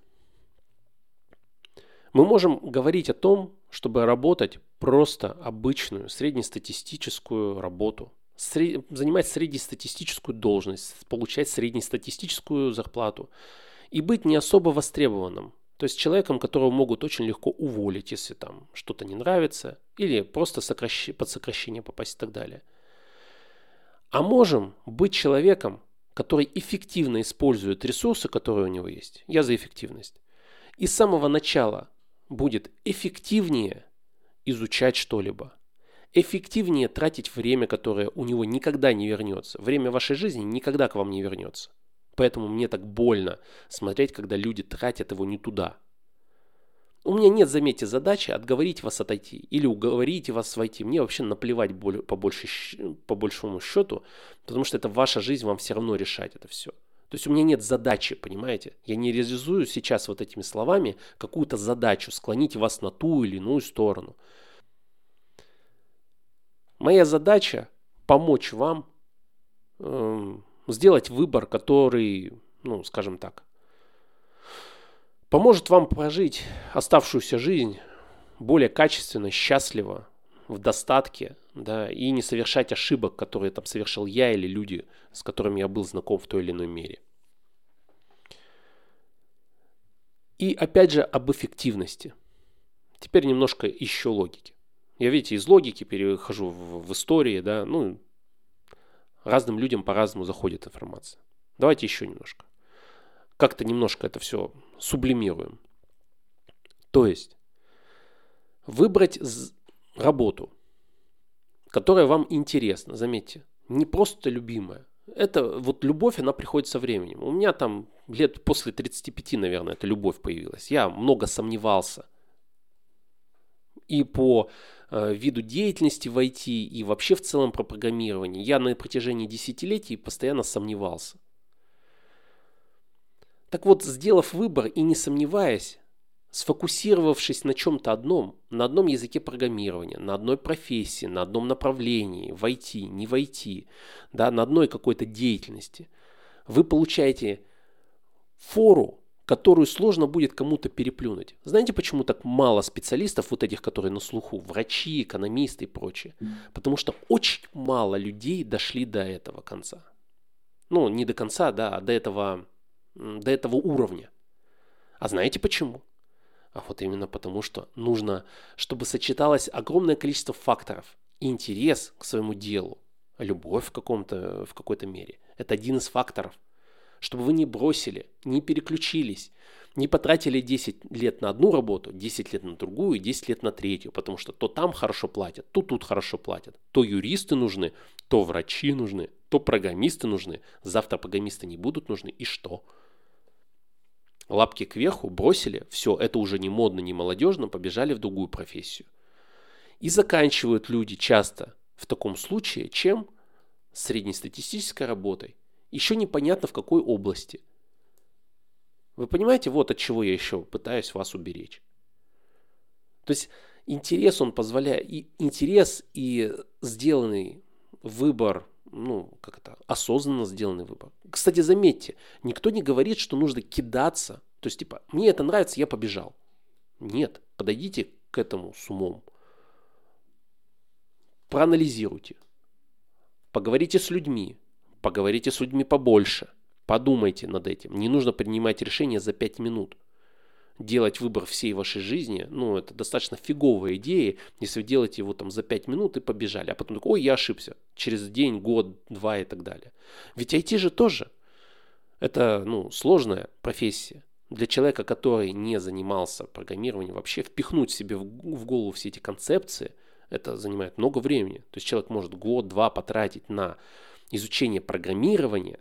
Мы можем говорить о том, чтобы работать просто обычную среднестатистическую работу. Сред... занимать среднестатистическую должность, получать среднестатистическую зарплату и быть не особо востребованным. То есть человеком, которого могут очень легко уволить, если там что-то не нравится, или просто сокращ... под сокращение попасть и так далее. А можем быть человеком, который эффективно использует ресурсы, которые у него есть. Я за эффективность. И с самого начала будет эффективнее изучать что-либо. Эффективнее тратить время, которое у него никогда не вернется. Время вашей жизни никогда к вам не вернется. Поэтому мне так больно смотреть, когда люди тратят его не туда. У меня нет, заметьте, задачи отговорить вас отойти или уговорить вас войти. Мне вообще наплевать по, больше, по большому счету, потому что это ваша жизнь, вам все равно решать это все. То есть у меня нет задачи, понимаете? Я не реализую сейчас вот этими словами какую-то задачу, склонить вас на ту или иную сторону. Моя задача помочь вам э, сделать выбор, который, ну, скажем так, поможет вам прожить оставшуюся жизнь более качественно, счастливо, в достатке, да, и не совершать ошибок, которые там совершил я или люди, с которыми я был знаком в той или иной мере. И опять же об эффективности. Теперь немножко еще логики. Я, видите, из логики перехожу в, в истории, да, ну, разным людям по-разному заходит информация. Давайте еще немножко. Как-то немножко это все сублимируем. То есть, выбрать работу, которая вам интересна, заметьте, не просто любимая. Это вот любовь, она приходит со временем. У меня там лет после тридцати пяти, наверное, эта любовь появилась. Я много сомневался. И по э, виду деятельности в ай ти, и вообще в целом про программирование. Я на протяжении десятилетий постоянно сомневался. Так вот, сделав выбор и не сомневаясь, сфокусировавшись на чем-то одном, на одном языке программирования, на одной профессии, на одном направлении, в ай ти, не в ай ти, да, на одной какой-то деятельности, вы получаете фору, которую сложно будет кому-то переплюнуть. Знаете, почему так мало специалистов, вот этих, которые на слуху, врачи, экономисты и прочее? Потому что очень мало людей дошли до этого конца. Ну, не до конца, да, а до этого, до этого уровня. А знаете почему? А вот именно потому, что нужно, чтобы сочеталось огромное количество факторов. Интерес к своему делу, любовь в, каком-то, в какой-то мере. Это один из факторов. Чтобы вы не бросили, не переключились, не потратили десять лет на одну работу, десять лет на другую, десять лет на третью. Потому что то там хорошо платят, то тут хорошо платят. То юристы нужны, то врачи нужны, то программисты нужны. Завтра программисты не будут нужны. И что? Лапки кверху, бросили, все, это уже не модно, не молодежно, побежали в другую профессию. И заканчивают люди часто в таком случае, чем среднестатистической работой. Еще непонятно в какой области. Вы понимаете, вот от чего я еще пытаюсь вас уберечь. То есть интерес он позволяет, и интерес и сделанный выбор, ну, как это, осознанно сделанный выбор. Кстати, заметьте, никто не говорит, что нужно кидаться. То есть, типа, мне это нравится, я побежал. Нет, подойдите к этому с умом. Проанализируйте. Поговорите с людьми. Поговорите с людьми побольше. Подумайте над этим. Не нужно принимать решение за пять минут. Делать выбор всей вашей жизни, ну, это достаточно фиговая идея, если вы делаете его там за пять минут и побежали, а потом такой, ой, я ошибся, через день, год, два и так далее. Ведь ай ти же тоже, это, ну, сложная профессия. Для человека, который не занимался программированием, вообще впихнуть себе в, в голову все эти концепции, это занимает много времени. То есть человек может год-два потратить на изучение программирования,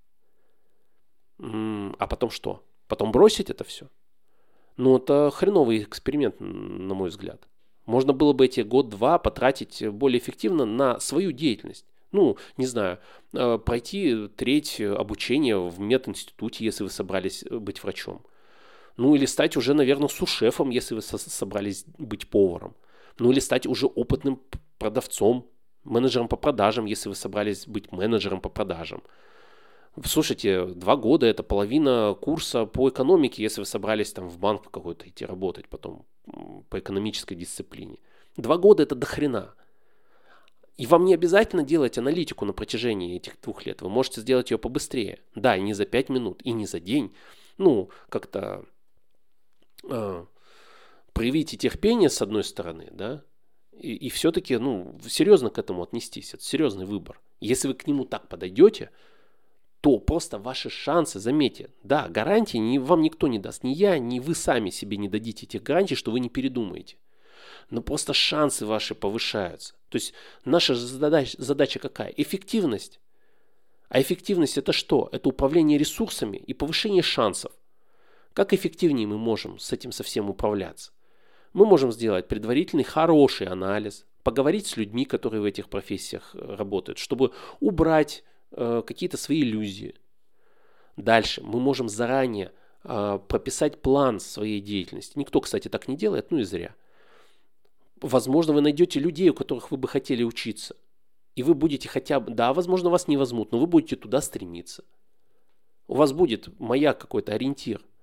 а потом что? Потом бросить это все? Ну, это хреновый эксперимент, на мой взгляд. Можно было бы эти год-два потратить более эффективно на свою деятельность. Ну, не знаю, пройти треть обучения в мединституте, если вы собрались быть врачом. Ну, или стать уже, наверное, су-шефом, если вы собрались быть поваром. Ну, или стать уже опытным продавцом, менеджером по продажам, если вы собрались быть менеджером по продажам. Слушайте, два года это половина курса по экономике, если вы собрались там в банк какой-то идти работать потом по экономической дисциплине. Два года это дохрена. И вам не обязательно делать аналитику на протяжении этих двух лет. Вы можете сделать ее побыстрее. Да, и не за пять минут, и не за день. Ну, как-то э, проявите терпение с одной стороны, да, и, и все-таки, ну, серьезно к этому отнестись. Это серьезный выбор. Если вы к нему так подойдете, то просто ваши шансы, заметьте, да, гарантии не, вам никто не даст, ни я, ни вы сами себе не дадите этих гарантий, что вы не передумаете. Но просто шансы ваши повышаются. То есть наша задача, задача какая? Эффективность. А эффективность это что? Это управление ресурсами и повышение шансов. Как эффективнее мы можем с этим совсем управляться? Мы можем сделать предварительный хороший анализ, поговорить с людьми, которые в этих профессиях работают, чтобы убрать какие-то свои иллюзии. Дальше мы можем заранее э, прописать план своей деятельности. Никто, кстати, так не делает, ну и зря. Возможно, вы найдете людей, у которых вы бы хотели учиться. И вы будете хотя бы, да, возможно, вас не возьмут, но вы будете туда стремиться. У вас будет маяк какой-то, ориентир.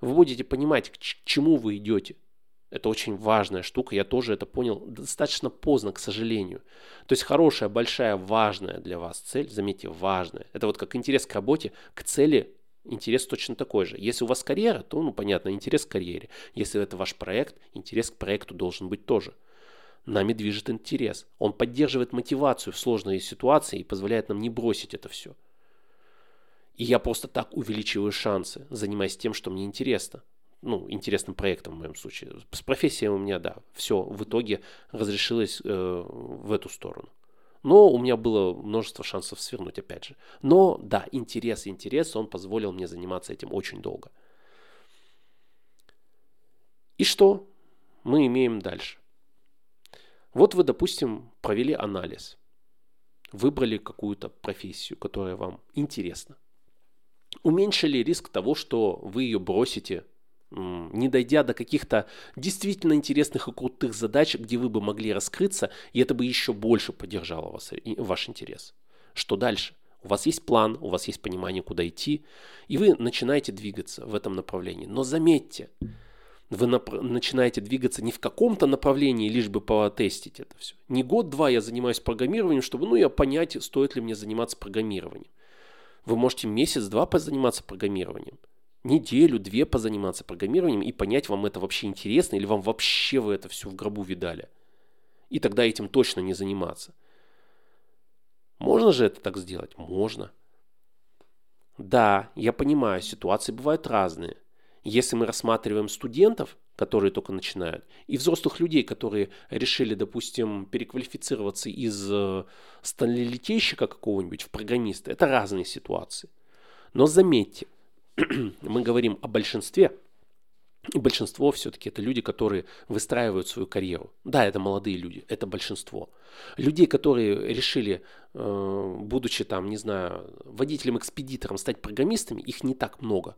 Вы будете понимать, к чему вы идете. Это очень важная штука, я тоже это понял достаточно поздно, к сожалению. То есть хорошая, большая, важная для вас цель, заметьте, важная. Это вот как интерес к работе, к цели интерес точно такой же. Если у вас карьера, то, ну, понятно, интерес к карьере. Если это ваш проект, интерес к проекту должен быть тоже. Нами движет интерес. Он поддерживает мотивацию в сложной ситуации и позволяет нам не бросить это все. И я просто так увеличиваю шансы, занимаясь тем, что мне интересно. Ну, интересным проектом в моем случае. С профессией у меня, да, все в итоге разрешилось э, в эту сторону. Но у меня было множество шансов свернуть, опять же. Но, да, интерес, интерес, он позволил мне заниматься этим очень долго. И что мы имеем дальше? Вот вы, допустим, провели анализ. Выбрали какую-то профессию, которая вам интересна. Уменьшили риск того, что вы ее бросите, не дойдя до каких-то действительно интересных и крутых задач, где вы бы могли раскрыться, и это бы еще больше поддержало вас, ваш интерес. Что дальше? У вас есть план, у вас есть понимание, куда идти, и вы начинаете двигаться в этом направлении. Но заметьте, вы нап- начинаете двигаться не в каком-то направлении, лишь бы потестить это все. Не год-два я занимаюсь программированием, чтобы ну, я понять, стоит ли мне заниматься программированием. Вы можете месяц-два позаниматься программированием. Неделю-две позаниматься программированием и понять, вам это вообще интересно или вам вообще вы это все в гробу видали. И тогда этим точно не заниматься. Можно же это так сделать? Можно. Да, я понимаю, ситуации бывают разные. Если мы рассматриваем студентов, которые только начинают, и взрослых людей, которые решили, допустим, переквалифицироваться из э, сталелитейщика какого-нибудь в программиста, это разные ситуации. Но заметьте, мы говорим о большинстве, и большинство все-таки это люди, которые выстраивают свою карьеру. Да, это молодые люди, это большинство. Людей, которые решили, э, будучи там, не знаю, водителем-экспедитором, стать программистами, их не так много.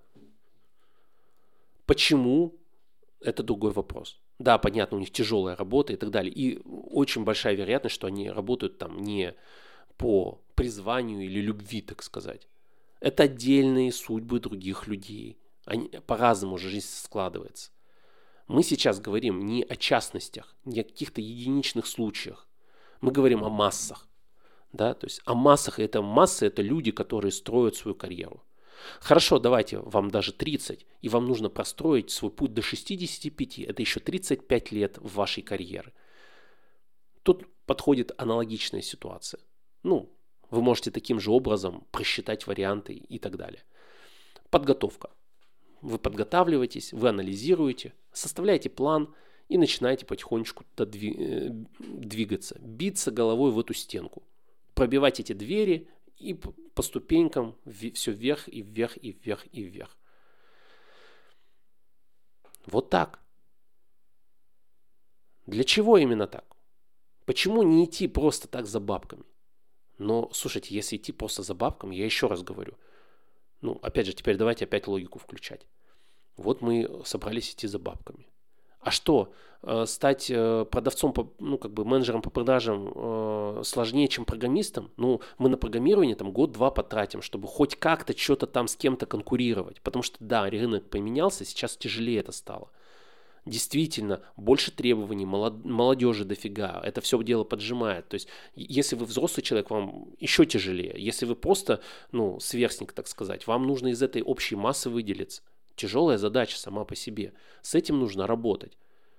Почему? Это другой вопрос. Да, понятно, у них тяжелая работа и так далее. И очень большая вероятность, что они работают там не по призванию или любви, так сказать. Это отдельные судьбы других людей. Они, по-разному же жизнь складывается. Мы сейчас говорим не о частностях, не о каких-то единичных случаях. Мы говорим о массах. Да? То есть о массах. И это массы, это люди, которые строят свою карьеру. Хорошо, давайте, вам даже тридцать, и вам нужно простроить свой путь до шестидесяти пяти. Это еще тридцать пять лет в вашей карьере. Тут подходит аналогичная ситуация. Ну, вы можете таким же образом просчитать варианты и так далее. Подготовка. Вы подготавливаетесь, вы анализируете, составляете план и начинаете потихонечку двигаться, биться головой в эту стенку, пробивать эти двери и по ступенькам все вверх и вверх и вверх и вверх. Вот так. Для чего именно так? Почему не идти просто так за бабками? Но, слушайте, если идти просто за бабками, я еще раз говорю, ну, опять же, теперь давайте опять логику включать. Вот мы собрались идти за бабками. А что, стать продавцом, ну, как бы менеджером по продажам сложнее, чем программистом? Ну, мы на программирование там год-два потратим, чтобы хоть как-то что-то там с кем-то конкурировать. Потому что, да, рынок поменялся, сейчас тяжелее это стало. Действительно, больше требований, молодежи дофига, это все дело поджимает. То есть, если вы взрослый человек, вам еще тяжелее. Если вы просто, ну, сверстник, так сказать, вам нужно из этой общей массы выделиться. Тяжелая задача сама по себе. С этим нужно работать.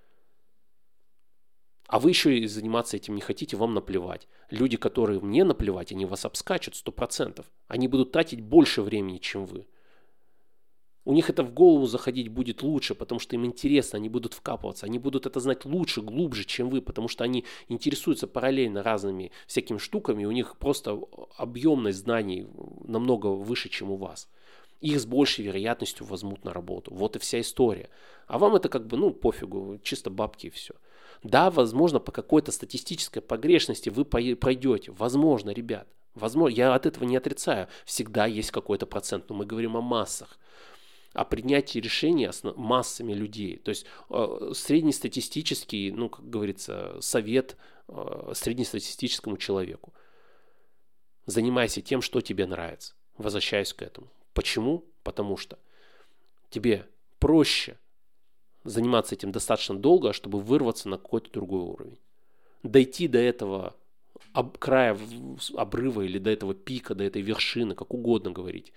А вы еще и заниматься этим не хотите, вам наплевать. Люди, которые мне наплевать, они вас обскачут сто процентов. Они будут тратить больше времени, чем вы. У них это в голову заходить будет лучше, потому что им интересно, они будут вкапываться, они будут это знать лучше, глубже, чем вы, потому что они интересуются параллельно разными всякими штуками, у них просто объемность знаний намного выше, чем у вас. Их с большей вероятностью возьмут на работу. Вот и вся история. А вам это как бы, ну, пофигу, чисто бабки и все. Да, возможно, по какой-то статистической погрешности вы пройдете. Возможно, ребят. Возможно, я от этого не отрицаю. Всегда есть какой-то процент, но мы говорим о массах. О принятии решений массами людей. То есть э, среднестатистический, ну, как говорится, совет э, среднестатистическому человеку. Занимайся тем, что тебе нравится. Возвращаюсь к этому. Почему? Потому что тебе проще заниматься этим достаточно долго, чтобы вырваться на какой-то другой уровень. Дойти до этого об, края обрыва или до этого пика, до этой вершины, как угодно говорить.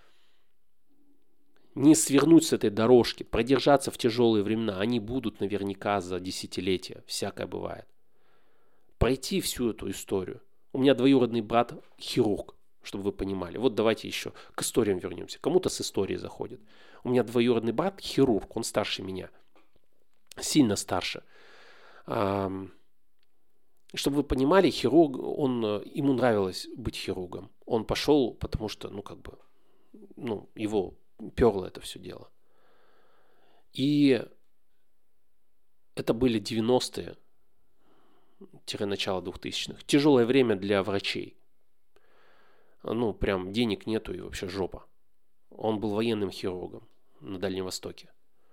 Не свернуть с этой дорожки, продержаться в тяжелые времена. Они будут наверняка за десятилетия, всякое бывает. Пройти всю эту историю. У меня двоюродный брат хирург, чтобы вы понимали. Вот давайте еще к историям вернемся. Кому-то с историей заходит. У меня двоюродный брат хирург, он старше меня. Сильно старше. Чтобы вы понимали, хирург, он, ему нравилось быть хирургом. Он пошел, потому что, ну, как бы, ну, его перло это все дело. И это были девяностые, начало двухтысячных. Тяжелое время для врачей. Ну, прям денег нету и вообще жопа. Он был военным хирургом на Дальнем Востоке.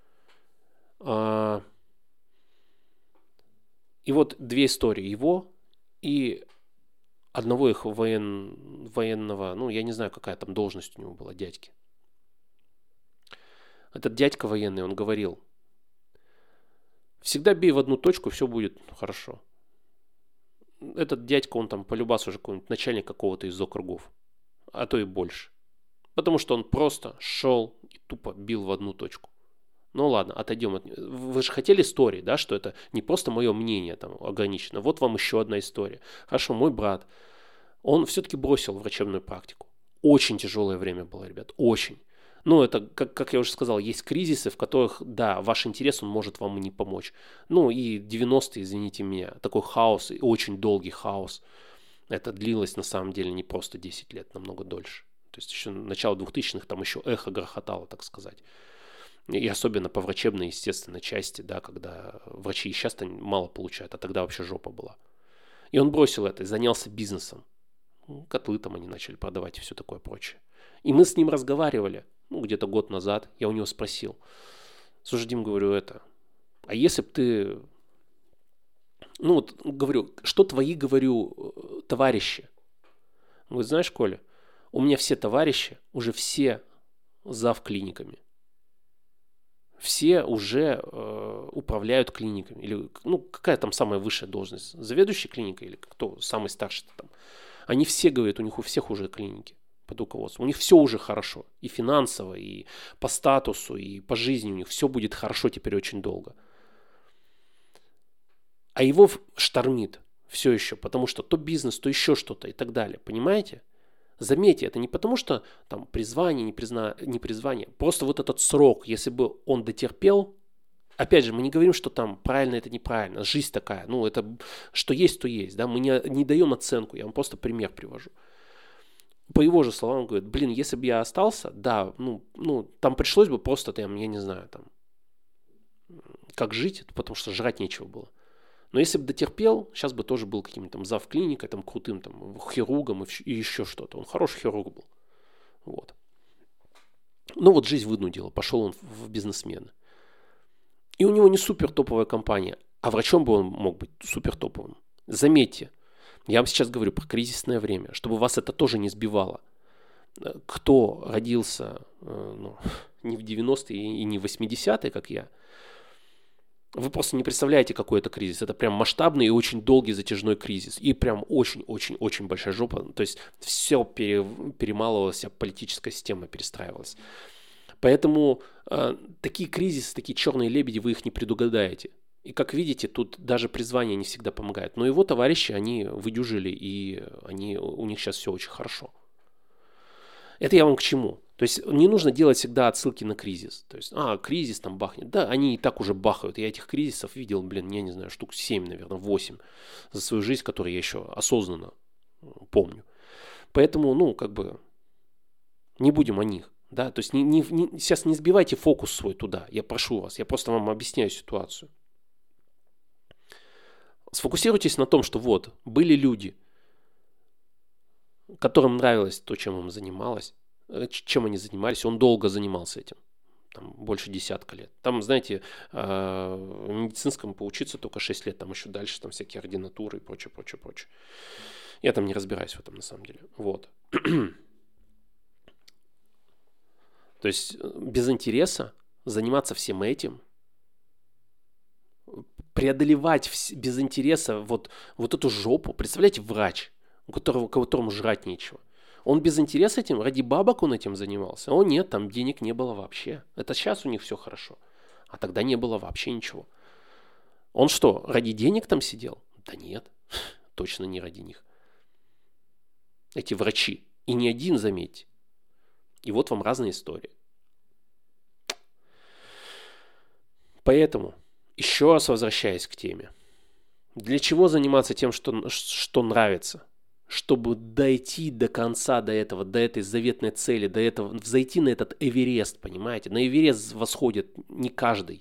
И вот две истории его и одного их воен, военного, ну, я не знаю, какая там должность у него была, дядьки. Этот дядька военный, он говорил: всегда бей в одну точку, все будет хорошо. Этот дядька, он там полюбас уже какой-нибудь начальник какого-то из округов, а то и больше. Потому что он просто шел и тупо бил в одну точку. Ну ладно, отойдем от него. Вы же хотели истории, да, что это не просто мое мнение там ограничено. Вот вам еще одна история. Хорошо, мой брат, он все-таки бросил врачебную практику. Очень тяжелое время было, ребят, очень. Ну, это, как, как я уже сказал, есть кризисы, в которых, да, ваш интерес, он может вам и не помочь. Ну, и девяностые, извините меня, такой хаос, и очень долгий хаос. Это длилось, на самом деле, не просто десять лет, намного дольше. То есть еще начало двухтысячных, там еще эхо грохотало, так сказать. И особенно по врачебной, естественно, части, да, когда врачи сейчас мало получают, а тогда вообще жопа была. И он бросил это и занялся бизнесом. Котлы там они начали продавать и все такое прочее. И мы с ним разговаривали, ну, где-то год назад. Я у него спросил: слушай, Дим, говорю, это, а если бы ты, ну, вот, говорю, что твои, говорю, товарищи? Он говорит: знаешь, Коля, у меня все товарищи уже все зав клиниками. Все уже э, управляют клиниками. Или, ну, какая там самая высшая должность? Заведующий клиникой или кто самый старший там? Они все говорят, у них у всех уже клиники под руководством. У них все уже хорошо. И финансово, и по статусу, и по жизни у них все будет хорошо теперь очень долго. А его штормит все еще, потому что то бизнес, то еще что-то и так далее. Понимаете? Заметьте, это не потому, что там призвание, не, призна... не призвание. Просто вот этот срок, если бы он дотерпел, опять же, мы не говорим, что там правильно это неправильно. Жизнь такая. Ну, это что есть, то есть. Да? Мы не, не даем оценку. Я вам просто пример привожу. По его же словам, он говорит: блин, если бы я остался, да, ну, ну там пришлось бы просто, там, я не знаю, там, как жить, потому что жрать нечего было. Но если бы дотерпел, сейчас бы тоже был каким-то там завклиникой, там крутым там хирургом и, и еще что-то. Он хороший хирург был. Вот. Но вот жизнь вынудила. Пошел он в бизнесмены. И у него не супер топовая компания. А врачом бы он мог быть супер топовым. Заметьте, я вам сейчас говорю про кризисное время, чтобы вас это тоже не сбивало. Кто родился ну, не в девяностые и не в восьмидесятые, как я, вы просто не представляете, какой это кризис. Это прям масштабный и очень долгий затяжной кризис. И прям очень-очень-очень большая жопа. То есть все пере, перемалывалось, вся политическая система перестраивалась. Поэтому э, такие кризисы, такие черные лебеди, вы их не предугадаете. И как видите, тут даже призвание не всегда помогает. Но его товарищи, они выдюжили, и они, у них сейчас все очень хорошо. Это я вам к чему? То есть не нужно делать всегда отсылки на кризис. То есть, а, кризис там бахнет. Да, они и так уже бахают. Я этих кризисов видел, блин, я не знаю, штук семь, наверное, восемь за свою жизнь, которую я еще осознанно помню. Поэтому, ну, как бы, не будем о них. Да? То есть не, не, не, сейчас не сбивайте фокус свой туда. Я прошу вас, я просто вам объясняю ситуацию. Сфокусируйтесь на том, что вот, были люди, которым нравилось то, чем им занималось, чем они занимались. Он долго занимался этим, там, больше десятка лет. Там, знаете, в медицинском поучиться только шесть лет, там еще дальше там всякие ординатуры и прочее, прочее, прочее. Я там не разбираюсь в этом на самом деле. Вот. То есть без интереса заниматься всем этим, преодолевать вс- без интереса вот, вот эту жопу. Представляете, врач, у которого, которому жрать нечего. Он без интереса этим, ради бабок он этим занимался. О нет, там денег не было вообще. Это сейчас у них все хорошо. А тогда не было вообще ничего. Он что, ради денег там сидел? Да нет, точно не ради них. Эти врачи. И не один, заметьте. И вот вам разные истории. Поэтому, еще раз возвращаясь к теме. Для чего заниматься тем, что, что нравится? Чтобы дойти до конца, до этого, до этой заветной цели, до этого, взойти на этот Эверест, понимаете? На Эверест восходит не каждый.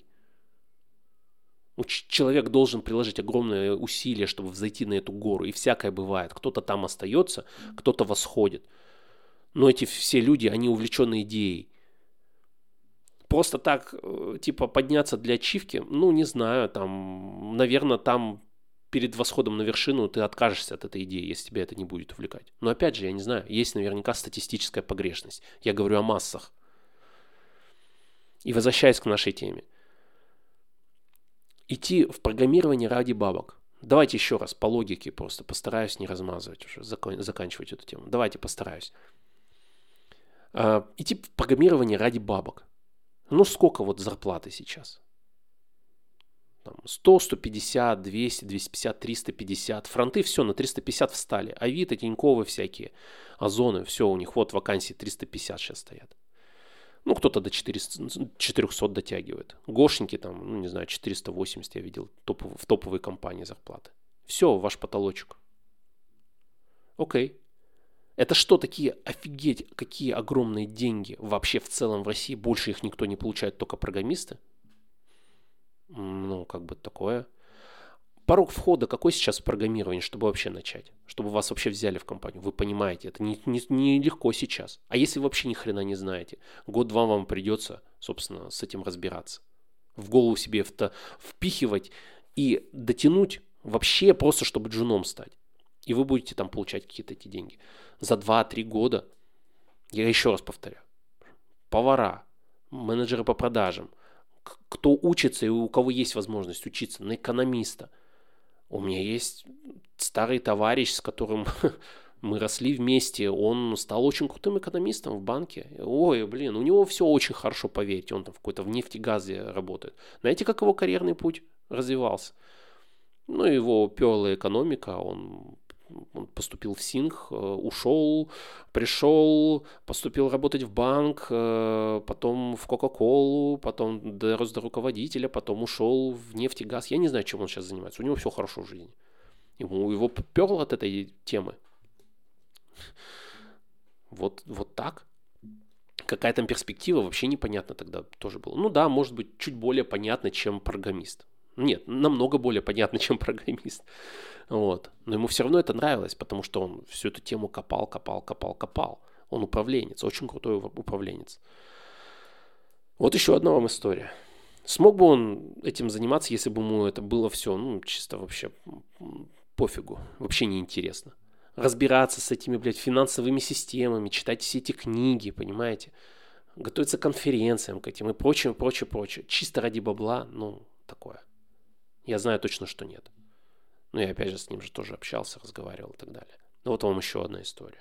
Человек должен приложить огромные усилия, чтобы взойти на эту гору. И всякое бывает. Кто-то там остается, кто-то восходит. Но эти все люди, они увлечены идеей. Просто так, типа, подняться для ачивки, ну, не знаю, там, наверное, там перед восходом на вершину ты откажешься от этой идеи, если тебя это не будет увлекать. Но опять же, я не знаю, есть наверняка статистическая погрешность. Я говорю о массах. И возвращаясь к нашей теме. Идти в программирование ради бабок. Давайте еще раз по логике просто постараюсь не размазывать уже, закон, заканчивать эту тему. Давайте постараюсь. А, идти в программирование ради бабок. Ну, сколько вот зарплаты сейчас? Там сто, сто пятьдесят, двести, двести пятьдесят, триста пятьдесят. Фронты все на триста пятьдесят встали. Авито, Тиньковы всякие, Озоны, все у них вот вакансии триста пятьдесят сейчас стоят. Ну, кто-то до четырехсот дотягивает. Гошники там, ну, не знаю, четыреста восемьдесят я видел топ, в топовой компании зарплаты. Все, ваш потолочек. Окей. Это что, такие, офигеть, какие огромные деньги вообще в целом в России? Больше их никто не получает, только программисты? Ну, как бы такое. Порог входа какой сейчас в программировании, чтобы вообще начать? Чтобы вас вообще взяли в компанию? Вы понимаете, это не, не, не легко сейчас. А если вы вообще ни хрена не знаете? Год-два вам придется, собственно, с этим разбираться. В голову себе это впихивать и дотянуть вообще просто, чтобы джуном стать. И вы будете там получать какие-то эти деньги. За два-три года, я еще раз повторяю, повара, менеджеры по продажам, кто учится и у кого есть возможность учиться, на экономиста. У меня есть старый товарищ, с которым мы росли вместе, он стал очень крутым экономистом в банке. Ой, блин, у него все очень хорошо, поверьте, он там в какой-то в нефтегазе работает. Знаете, как его карьерный путь развивался? Ну, его перла экономика, он Он поступил в Синг, ушел, пришел, поступил работать в банк, потом в Кока-Колу, потом дорос до руководителя, потом ушел в нефть и газ. Я не знаю, чем он сейчас занимается. У него все хорошо в жизни. Ему, его перло от этой темы. Вот, вот так. Какая там перспектива, вообще непонятно тогда тоже было. Ну да, может быть, чуть более понятно, чем программист. Нет, намного более понятно, чем программист. Вот. Но ему все равно это нравилось, потому что он всю эту тему копал, копал, копал, копал. Он управленец, очень крутой управленец. Вот еще одна вам история. Смог бы он этим заниматься, если бы ему это было все, ну, чисто вообще пофигу, вообще неинтересно. Разбираться с этими, блядь, финансовыми системами, читать все эти книги, понимаете? Готовиться к конференциям, к этим и прочее, прочее, прочее. Чисто ради бабла, ну, такое. Я знаю точно, что нет. Ну, я опять же с ним же тоже общался, разговаривал и так далее. Ну, вот вам еще одна история.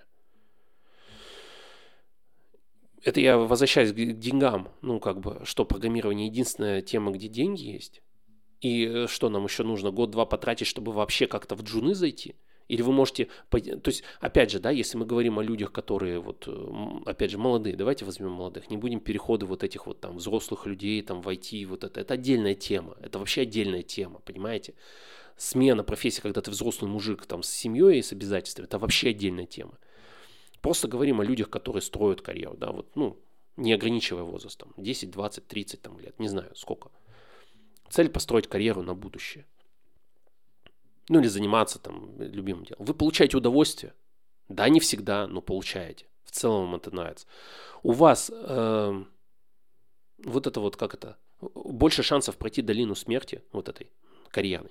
Это я возвращаюсь к деньгам. Ну, как бы, что программирование единственная тема, где деньги есть. И что нам еще нужно? Год-два потратить, чтобы вообще как-то в джуны зайти? Или вы можете... То есть, опять же, да, если мы говорим о людях, которые вот, опять же, молодые, давайте возьмем молодых, не будем переходы вот этих вот там взрослых людей там в ай ти, вот это, это отдельная тема, это вообще отдельная тема, понимаете? Смена профессии, когда ты взрослый мужик там с семьей и с обязательствами, это вообще отдельная тема. Просто говорим о людях, которые строят карьеру, да, вот, ну, не ограничивая возраст, там, десять, двадцать, тридцать там, лет, не знаю, сколько. Цель построить карьеру на будущее. Ну, или заниматься там любимым делом. Вы получаете удовольствие? Да, не всегда, но получаете. В целом вам это нравится. У вас э, вот это вот, как это, больше шансов пройти долину смерти, вот этой карьерной.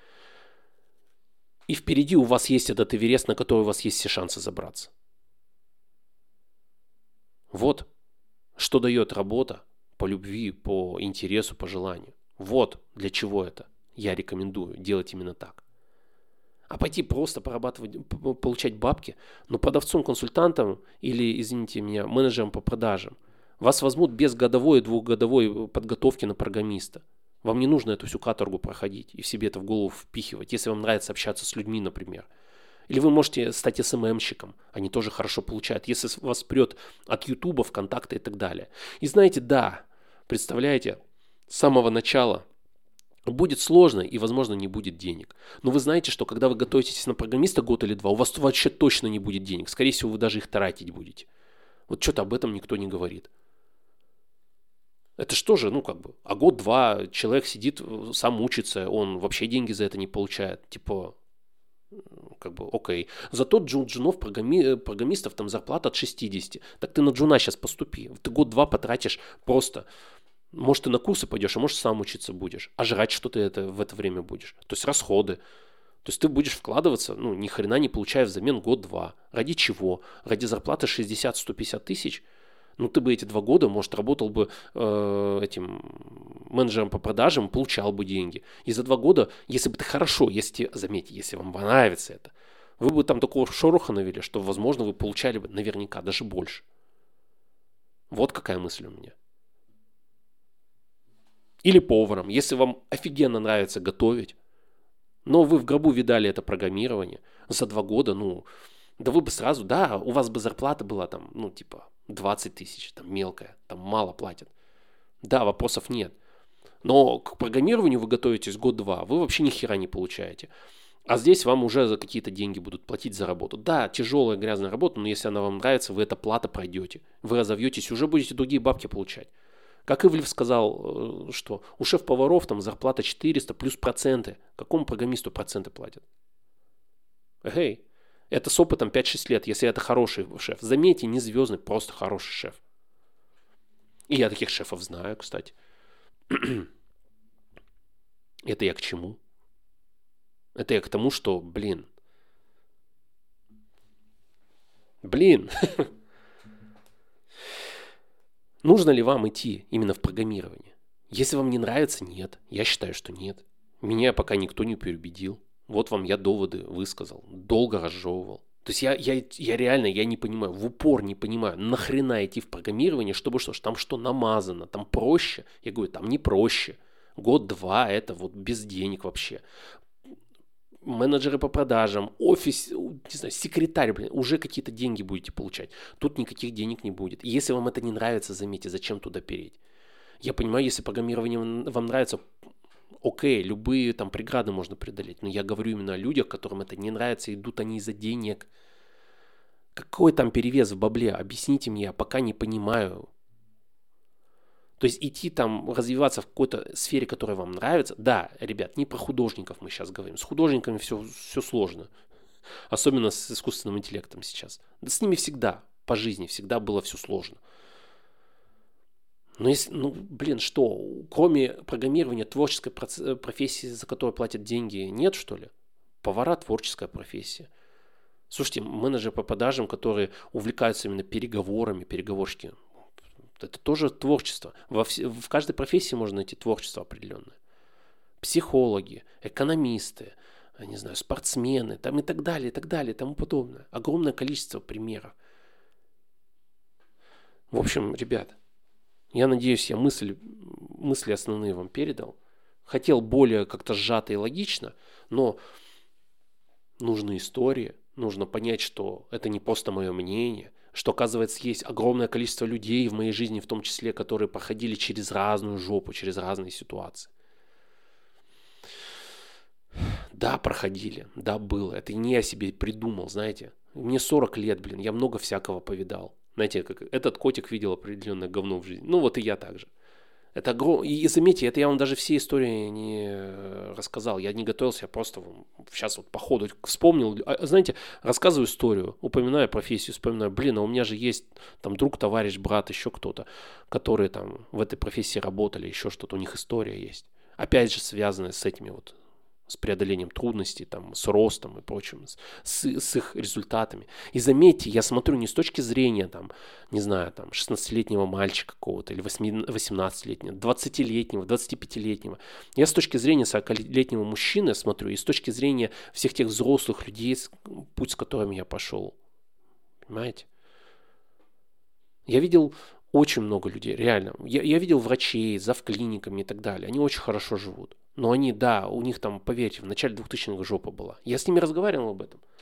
И впереди у вас есть этот Эверест, на который у вас есть все шансы забраться. Вот что дает работа по любви, по интересу, по желанию. Вот для чего это я рекомендую делать именно так. А пойти просто порабатывать, получать бабки, но продавцом, консультантом или, извините меня, менеджером по продажам вас возьмут без годовой и двухгодовой подготовки на программиста. Вам не нужно эту всю каторгу проходить и в себе это в голову впихивать, если вам нравится общаться с людьми, например. Или вы можете стать эс эм эм-щиком, они тоже хорошо получают, если вас прет от Ютуба, ВКонтакта и так далее. И знаете, да, представляете, с самого начала будет сложно и, возможно, не будет денег. Но вы знаете, что когда вы готовитесь на программиста год или два, у вас вообще точно не будет денег. Скорее всего, вы даже их тратить будете. Вот что-то об этом никто не говорит. Это что же, ну как бы, а год-два человек сидит, сам учится, он вообще деньги за это не получает. Типа, как бы, окей. Зато джун, джунов, программи, программистов там зарплата от шестидесяти. Так ты на джуна сейчас поступи. Ты год-два потратишь просто. Может, ты на курсы пойдешь, а может, сам учиться будешь. А жрать что ты это, в это время будешь. То есть расходы. То есть ты будешь вкладываться, ну, ни хрена не получая взамен год-два. Ради чего? Ради зарплаты шестьдесят-сто пятьдесят тысяч? Ну, ты бы эти два года, может, работал бы э, этим менеджером по продажам, получал бы деньги. И за два года, если бы ты хорошо, если тебе, заметьте, если вам нравится это, вы бы там такого шороха навели, что, возможно, вы получали бы наверняка даже больше. Вот какая мысль у меня. Или поваром, если вам офигенно нравится готовить, но вы в гробу видали это программирование, за два года, ну, да вы бы сразу, да, у вас бы зарплата была там, ну, типа, двадцать тысяч, там, мелкая, там, мало платят. Да, вопросов нет. Но к программированию вы готовитесь год-два, вы вообще ни хера не получаете. А здесь вам уже за какие-то деньги будут платить за работу. Да, тяжелая, грязная работа, но если она вам нравится, вы это плата пройдете. Вы разовьетесь, уже будете другие бабки получать. Как Ивлев сказал, что у шеф-поваров там зарплата четыреста плюс проценты. Какому программисту проценты платят? Эй, это с опытом пять-шесть лет, если это хороший шеф. Заметьте, не звездный, просто хороший шеф. И я таких шефов знаю, кстати. Это я к чему? Это я к тому, что, блин. Блин. Нужно ли вам идти именно в программирование? Если вам не нравится, нет. Я считаю, что нет. Меня пока никто не переубедил. Вот вам я доводы высказал. Долго разжевывал. То есть я, я, я реально, я не понимаю, в упор не понимаю, нахрена идти в программирование, чтобы что, там что намазано, там проще. Я говорю, там не проще. Год-два это вот без денег вообще. Менеджеры по продажам, офис, не знаю, секретарь, блин, уже какие-то деньги будете получать. Тут никаких денег не будет. И если вам это не нравится, заметьте, зачем туда переть? Я понимаю, если программирование вам нравится, окей, любые там преграды можно преодолеть. Но я говорю именно о людях, которым это не нравится, идут они из-за денег. Какой там перевес в бабле? Объясните мне, я пока не понимаю. То есть идти там, развиваться в какой-то сфере, которая вам нравится. Да, ребят, не про художников мы сейчас говорим. С художниками все, все сложно. Особенно с искусственным интеллектом сейчас. Да с ними всегда, по жизни, всегда было все сложно. Но если, ну, блин, что, кроме программирования, творческой профессии, за которую платят деньги, нет, что ли? Повара – творческая профессия. Слушайте, менеджеры по продажам, которые увлекаются именно переговорами, переговорщики – это тоже творчество. Во вс... В каждой профессии можно найти творчество определенное. Психологи, экономисты, не знаю, спортсмены, там и так далее, и так далее, и тому подобное. Огромное количество примеров. В общем, ребят, я надеюсь, я мысль, мысли основные вам передал. Хотел более как-то сжато и логично, но нужны истории, нужно понять, что это не просто мое мнение, что, оказывается, есть огромное количество людей в моей жизни, в том числе, которые проходили через разную жопу, через разные ситуации. Да, проходили, да, было. Это не я себе придумал, знаете. Мне сорок лет, блин, я много всякого повидал. Знаете, как этот котик видел определенное говно в жизни. Ну, вот и я так же. Это огром... И заметьте, это я вам даже все истории не рассказал. Я не готовился, я просто сейчас вот по ходу вспомнил. Знаете, рассказываю историю, упоминаю профессию, вспоминаю, блин, а у меня же есть там друг, товарищ, брат, еще кто-то, которые там в этой профессии работали, еще что-то, у них история есть. Опять же, связанная с этими вот, с преодолением трудностей, там, с ростом и прочим, с, с их результатами. И заметьте, я смотрю не с точки зрения, там, не знаю, там, шестнадцатилетнего мальчика какого-то, или восемнадцатилетнего, двадцатилетнего, двадцатипятилетнего. Я с точки зрения сорокалетнего мужчины смотрю, и с точки зрения всех тех взрослых людей, путь с которыми я пошел. Понимаете? Я видел очень много людей, реально. Я, я видел врачей, завклиниками и так далее. Они очень хорошо живут. Но они, да, у них там, поверьте, в начале двухтысячных жопа была. Я с ними разговаривал об этом.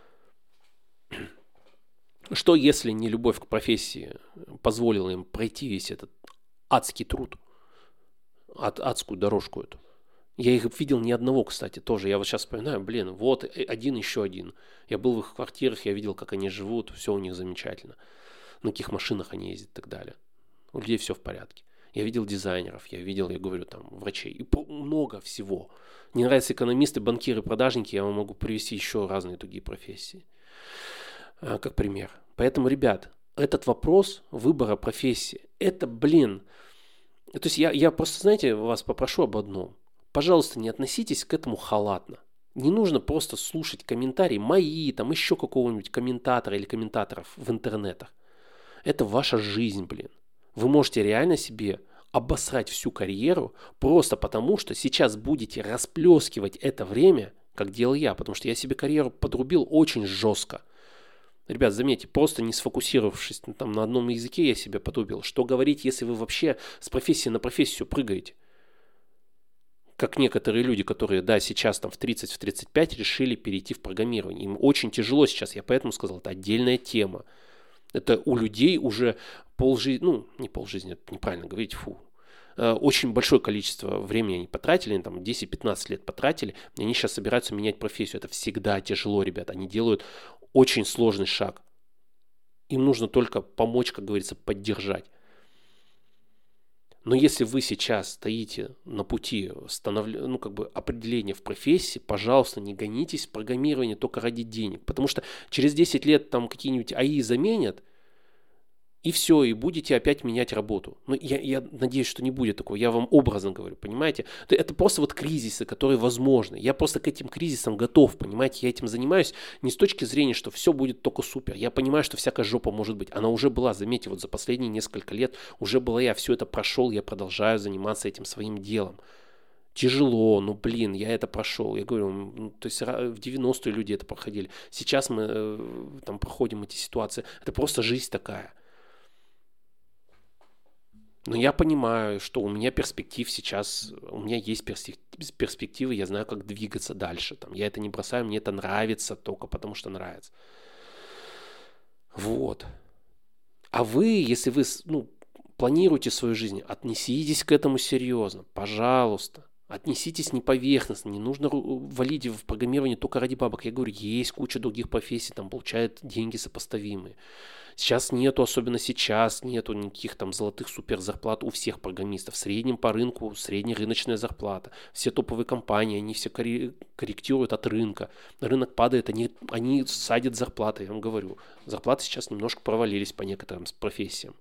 Что если не любовь к профессии позволила им пройти весь этот адский труд, ад, адскую дорожку эту? Я их видел ни одного, кстати, тоже. Я вот сейчас вспоминаю, блин, вот один, еще один. Я был в их квартирах, я видел, как они живут, все у них замечательно. На каких машинах они ездят и так далее. У людей все в порядке. Я видел дизайнеров, я видел, я говорю, там, врачей. И много всего. Мне нравятся экономисты, банкиры, продажники. Я вам могу привести еще разные другие профессии. Как пример. Поэтому, ребят, этот вопрос выбора профессии, это, блин... То есть я, я просто, знаете, вас попрошу об одном. Пожалуйста, не относитесь к этому халатно. Не нужно просто слушать комментарии мои, там еще какого-нибудь комментатора или комментаторов в интернетах. Это ваша жизнь, блин. Вы можете реально себе обосрать всю карьеру просто потому, что сейчас будете расплескивать это время, как делал я, потому что я себе карьеру подрубил очень жестко. Ребят, заметьте, просто не сфокусировавшись там, на одном языке я себе подрубил. Что говорить, если вы вообще с профессии на профессию прыгаете? Как некоторые люди, которые, да, сейчас там в тридцать, в тридцать пять решили перейти в программирование. Им очень тяжело сейчас, я поэтому сказал, это отдельная тема. Это у людей уже полжизни, ну, не полжизни, это неправильно говорить, фу. Очень большое количество времени они потратили, они там десять-пятнадцать лет потратили, и они сейчас собираются менять профессию. Это всегда тяжело, ребят. Они делают очень сложный шаг. Им нужно только помочь, как говорится, поддержать. Но если вы сейчас стоите на пути становления, ну, как бы определения в профессии, пожалуйста, не гонитесь в программирование только ради денег. Потому что через десять лет там какие-нибудь эй ай заменят, и все, и будете опять менять работу. Но я, я надеюсь, что не будет такого. Я вам образно говорю, понимаете? Это просто вот кризисы, которые возможны. Я просто к этим кризисам готов, понимаете? Я этим занимаюсь не с точки зрения, что все будет только супер. Я понимаю, что всякая жопа может быть. Она уже была, заметьте, вот за последние несколько лет уже была. Я все это прошел, я продолжаю заниматься этим своим делом. Тяжело, ну блин, я это прошел. Я говорю, ну, то есть в девяностые люди это проходили. Сейчас мы э, там проходим эти ситуации. Это просто жизнь такая. Но я понимаю, что у меня перспектив сейчас, у меня есть перспективы, я знаю, как двигаться дальше. Там, я это не бросаю, мне это нравится только потому, что нравится. Вот. А вы, если вы ну, планируете свою жизнь, отнеситесь к этому серьезно, пожалуйста. Отнеситесь не поверхностно, не нужно валить в программирование только ради бабок. Я говорю, есть куча других профессий, там получают деньги сопоставимые. Сейчас нету, особенно сейчас, нету никаких там золотых супер зарплат у всех программистов. В среднем по рынку среднерыночная зарплата. Все топовые компании, они все корректируют от рынка. Рынок падает, они, они садят зарплаты, я вам говорю. Зарплаты сейчас немножко провалились по некоторым профессиям.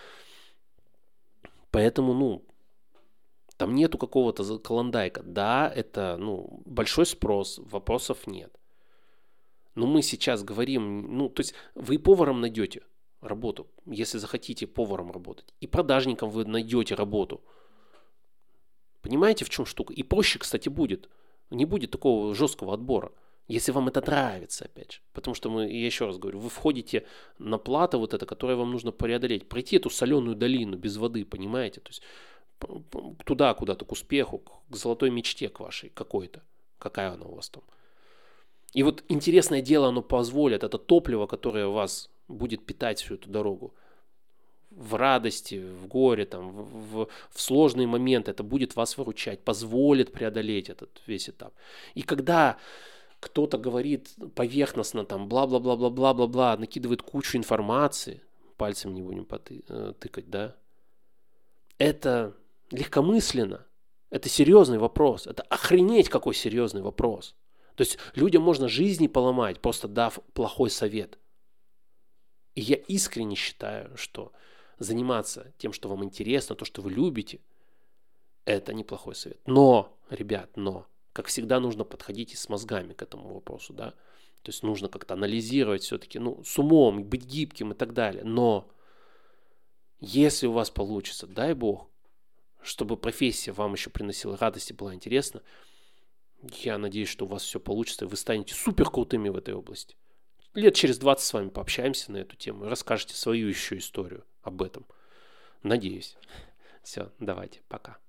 Поэтому, ну, там нету какого-то клондайка. Да, это, ну, большой спрос, вопросов нет. Но мы сейчас говорим, ну, то есть вы и поваром найдете работу, если захотите поваром работать. И продажником вы найдете работу. Понимаете, в чем штука? И проще, кстати, будет. Не будет такого жесткого отбора. Если вам это нравится, опять же. Потому что мы, я еще раз говорю, вы входите на плато вот это, которое вам нужно преодолеть. Пройти эту соленую долину без воды, понимаете? То есть туда куда-то, к успеху, к золотой мечте к вашей какой-то. Какая она у вас там. И вот интересное дело, оно позволит, это топливо, которое вас будет питать всю эту дорогу. В радости, в горе, там, в, в, в сложные моменты, это будет вас выручать, позволит преодолеть этот весь этап. И когда кто-то говорит поверхностно, там, бла-бла-бла-бла-бла-бла-бла, накидывает кучу информации, пальцем не будем поты- тыкать, да, это легкомысленно, это серьезный вопрос, это охренеть какой серьезный вопрос. То есть людям можно жизни поломать, просто дав плохой совет. И я искренне считаю, что заниматься тем, что вам интересно, то, что вы любите, это неплохой совет. Но, ребят, но, как всегда, нужно подходить и с мозгами к этому вопросу, да. То есть нужно как-то анализировать все-таки, ну, с умом, быть гибким и так далее. Но если у вас получится, дай бог, чтобы профессия вам еще приносила радость и была интересна, я надеюсь, что у вас все получится, и вы станете супер крутыми в этой области. Лет через двадцать с вами пообщаемся на эту тему и расскажете свою еще историю об этом. Надеюсь. Все, давайте, пока.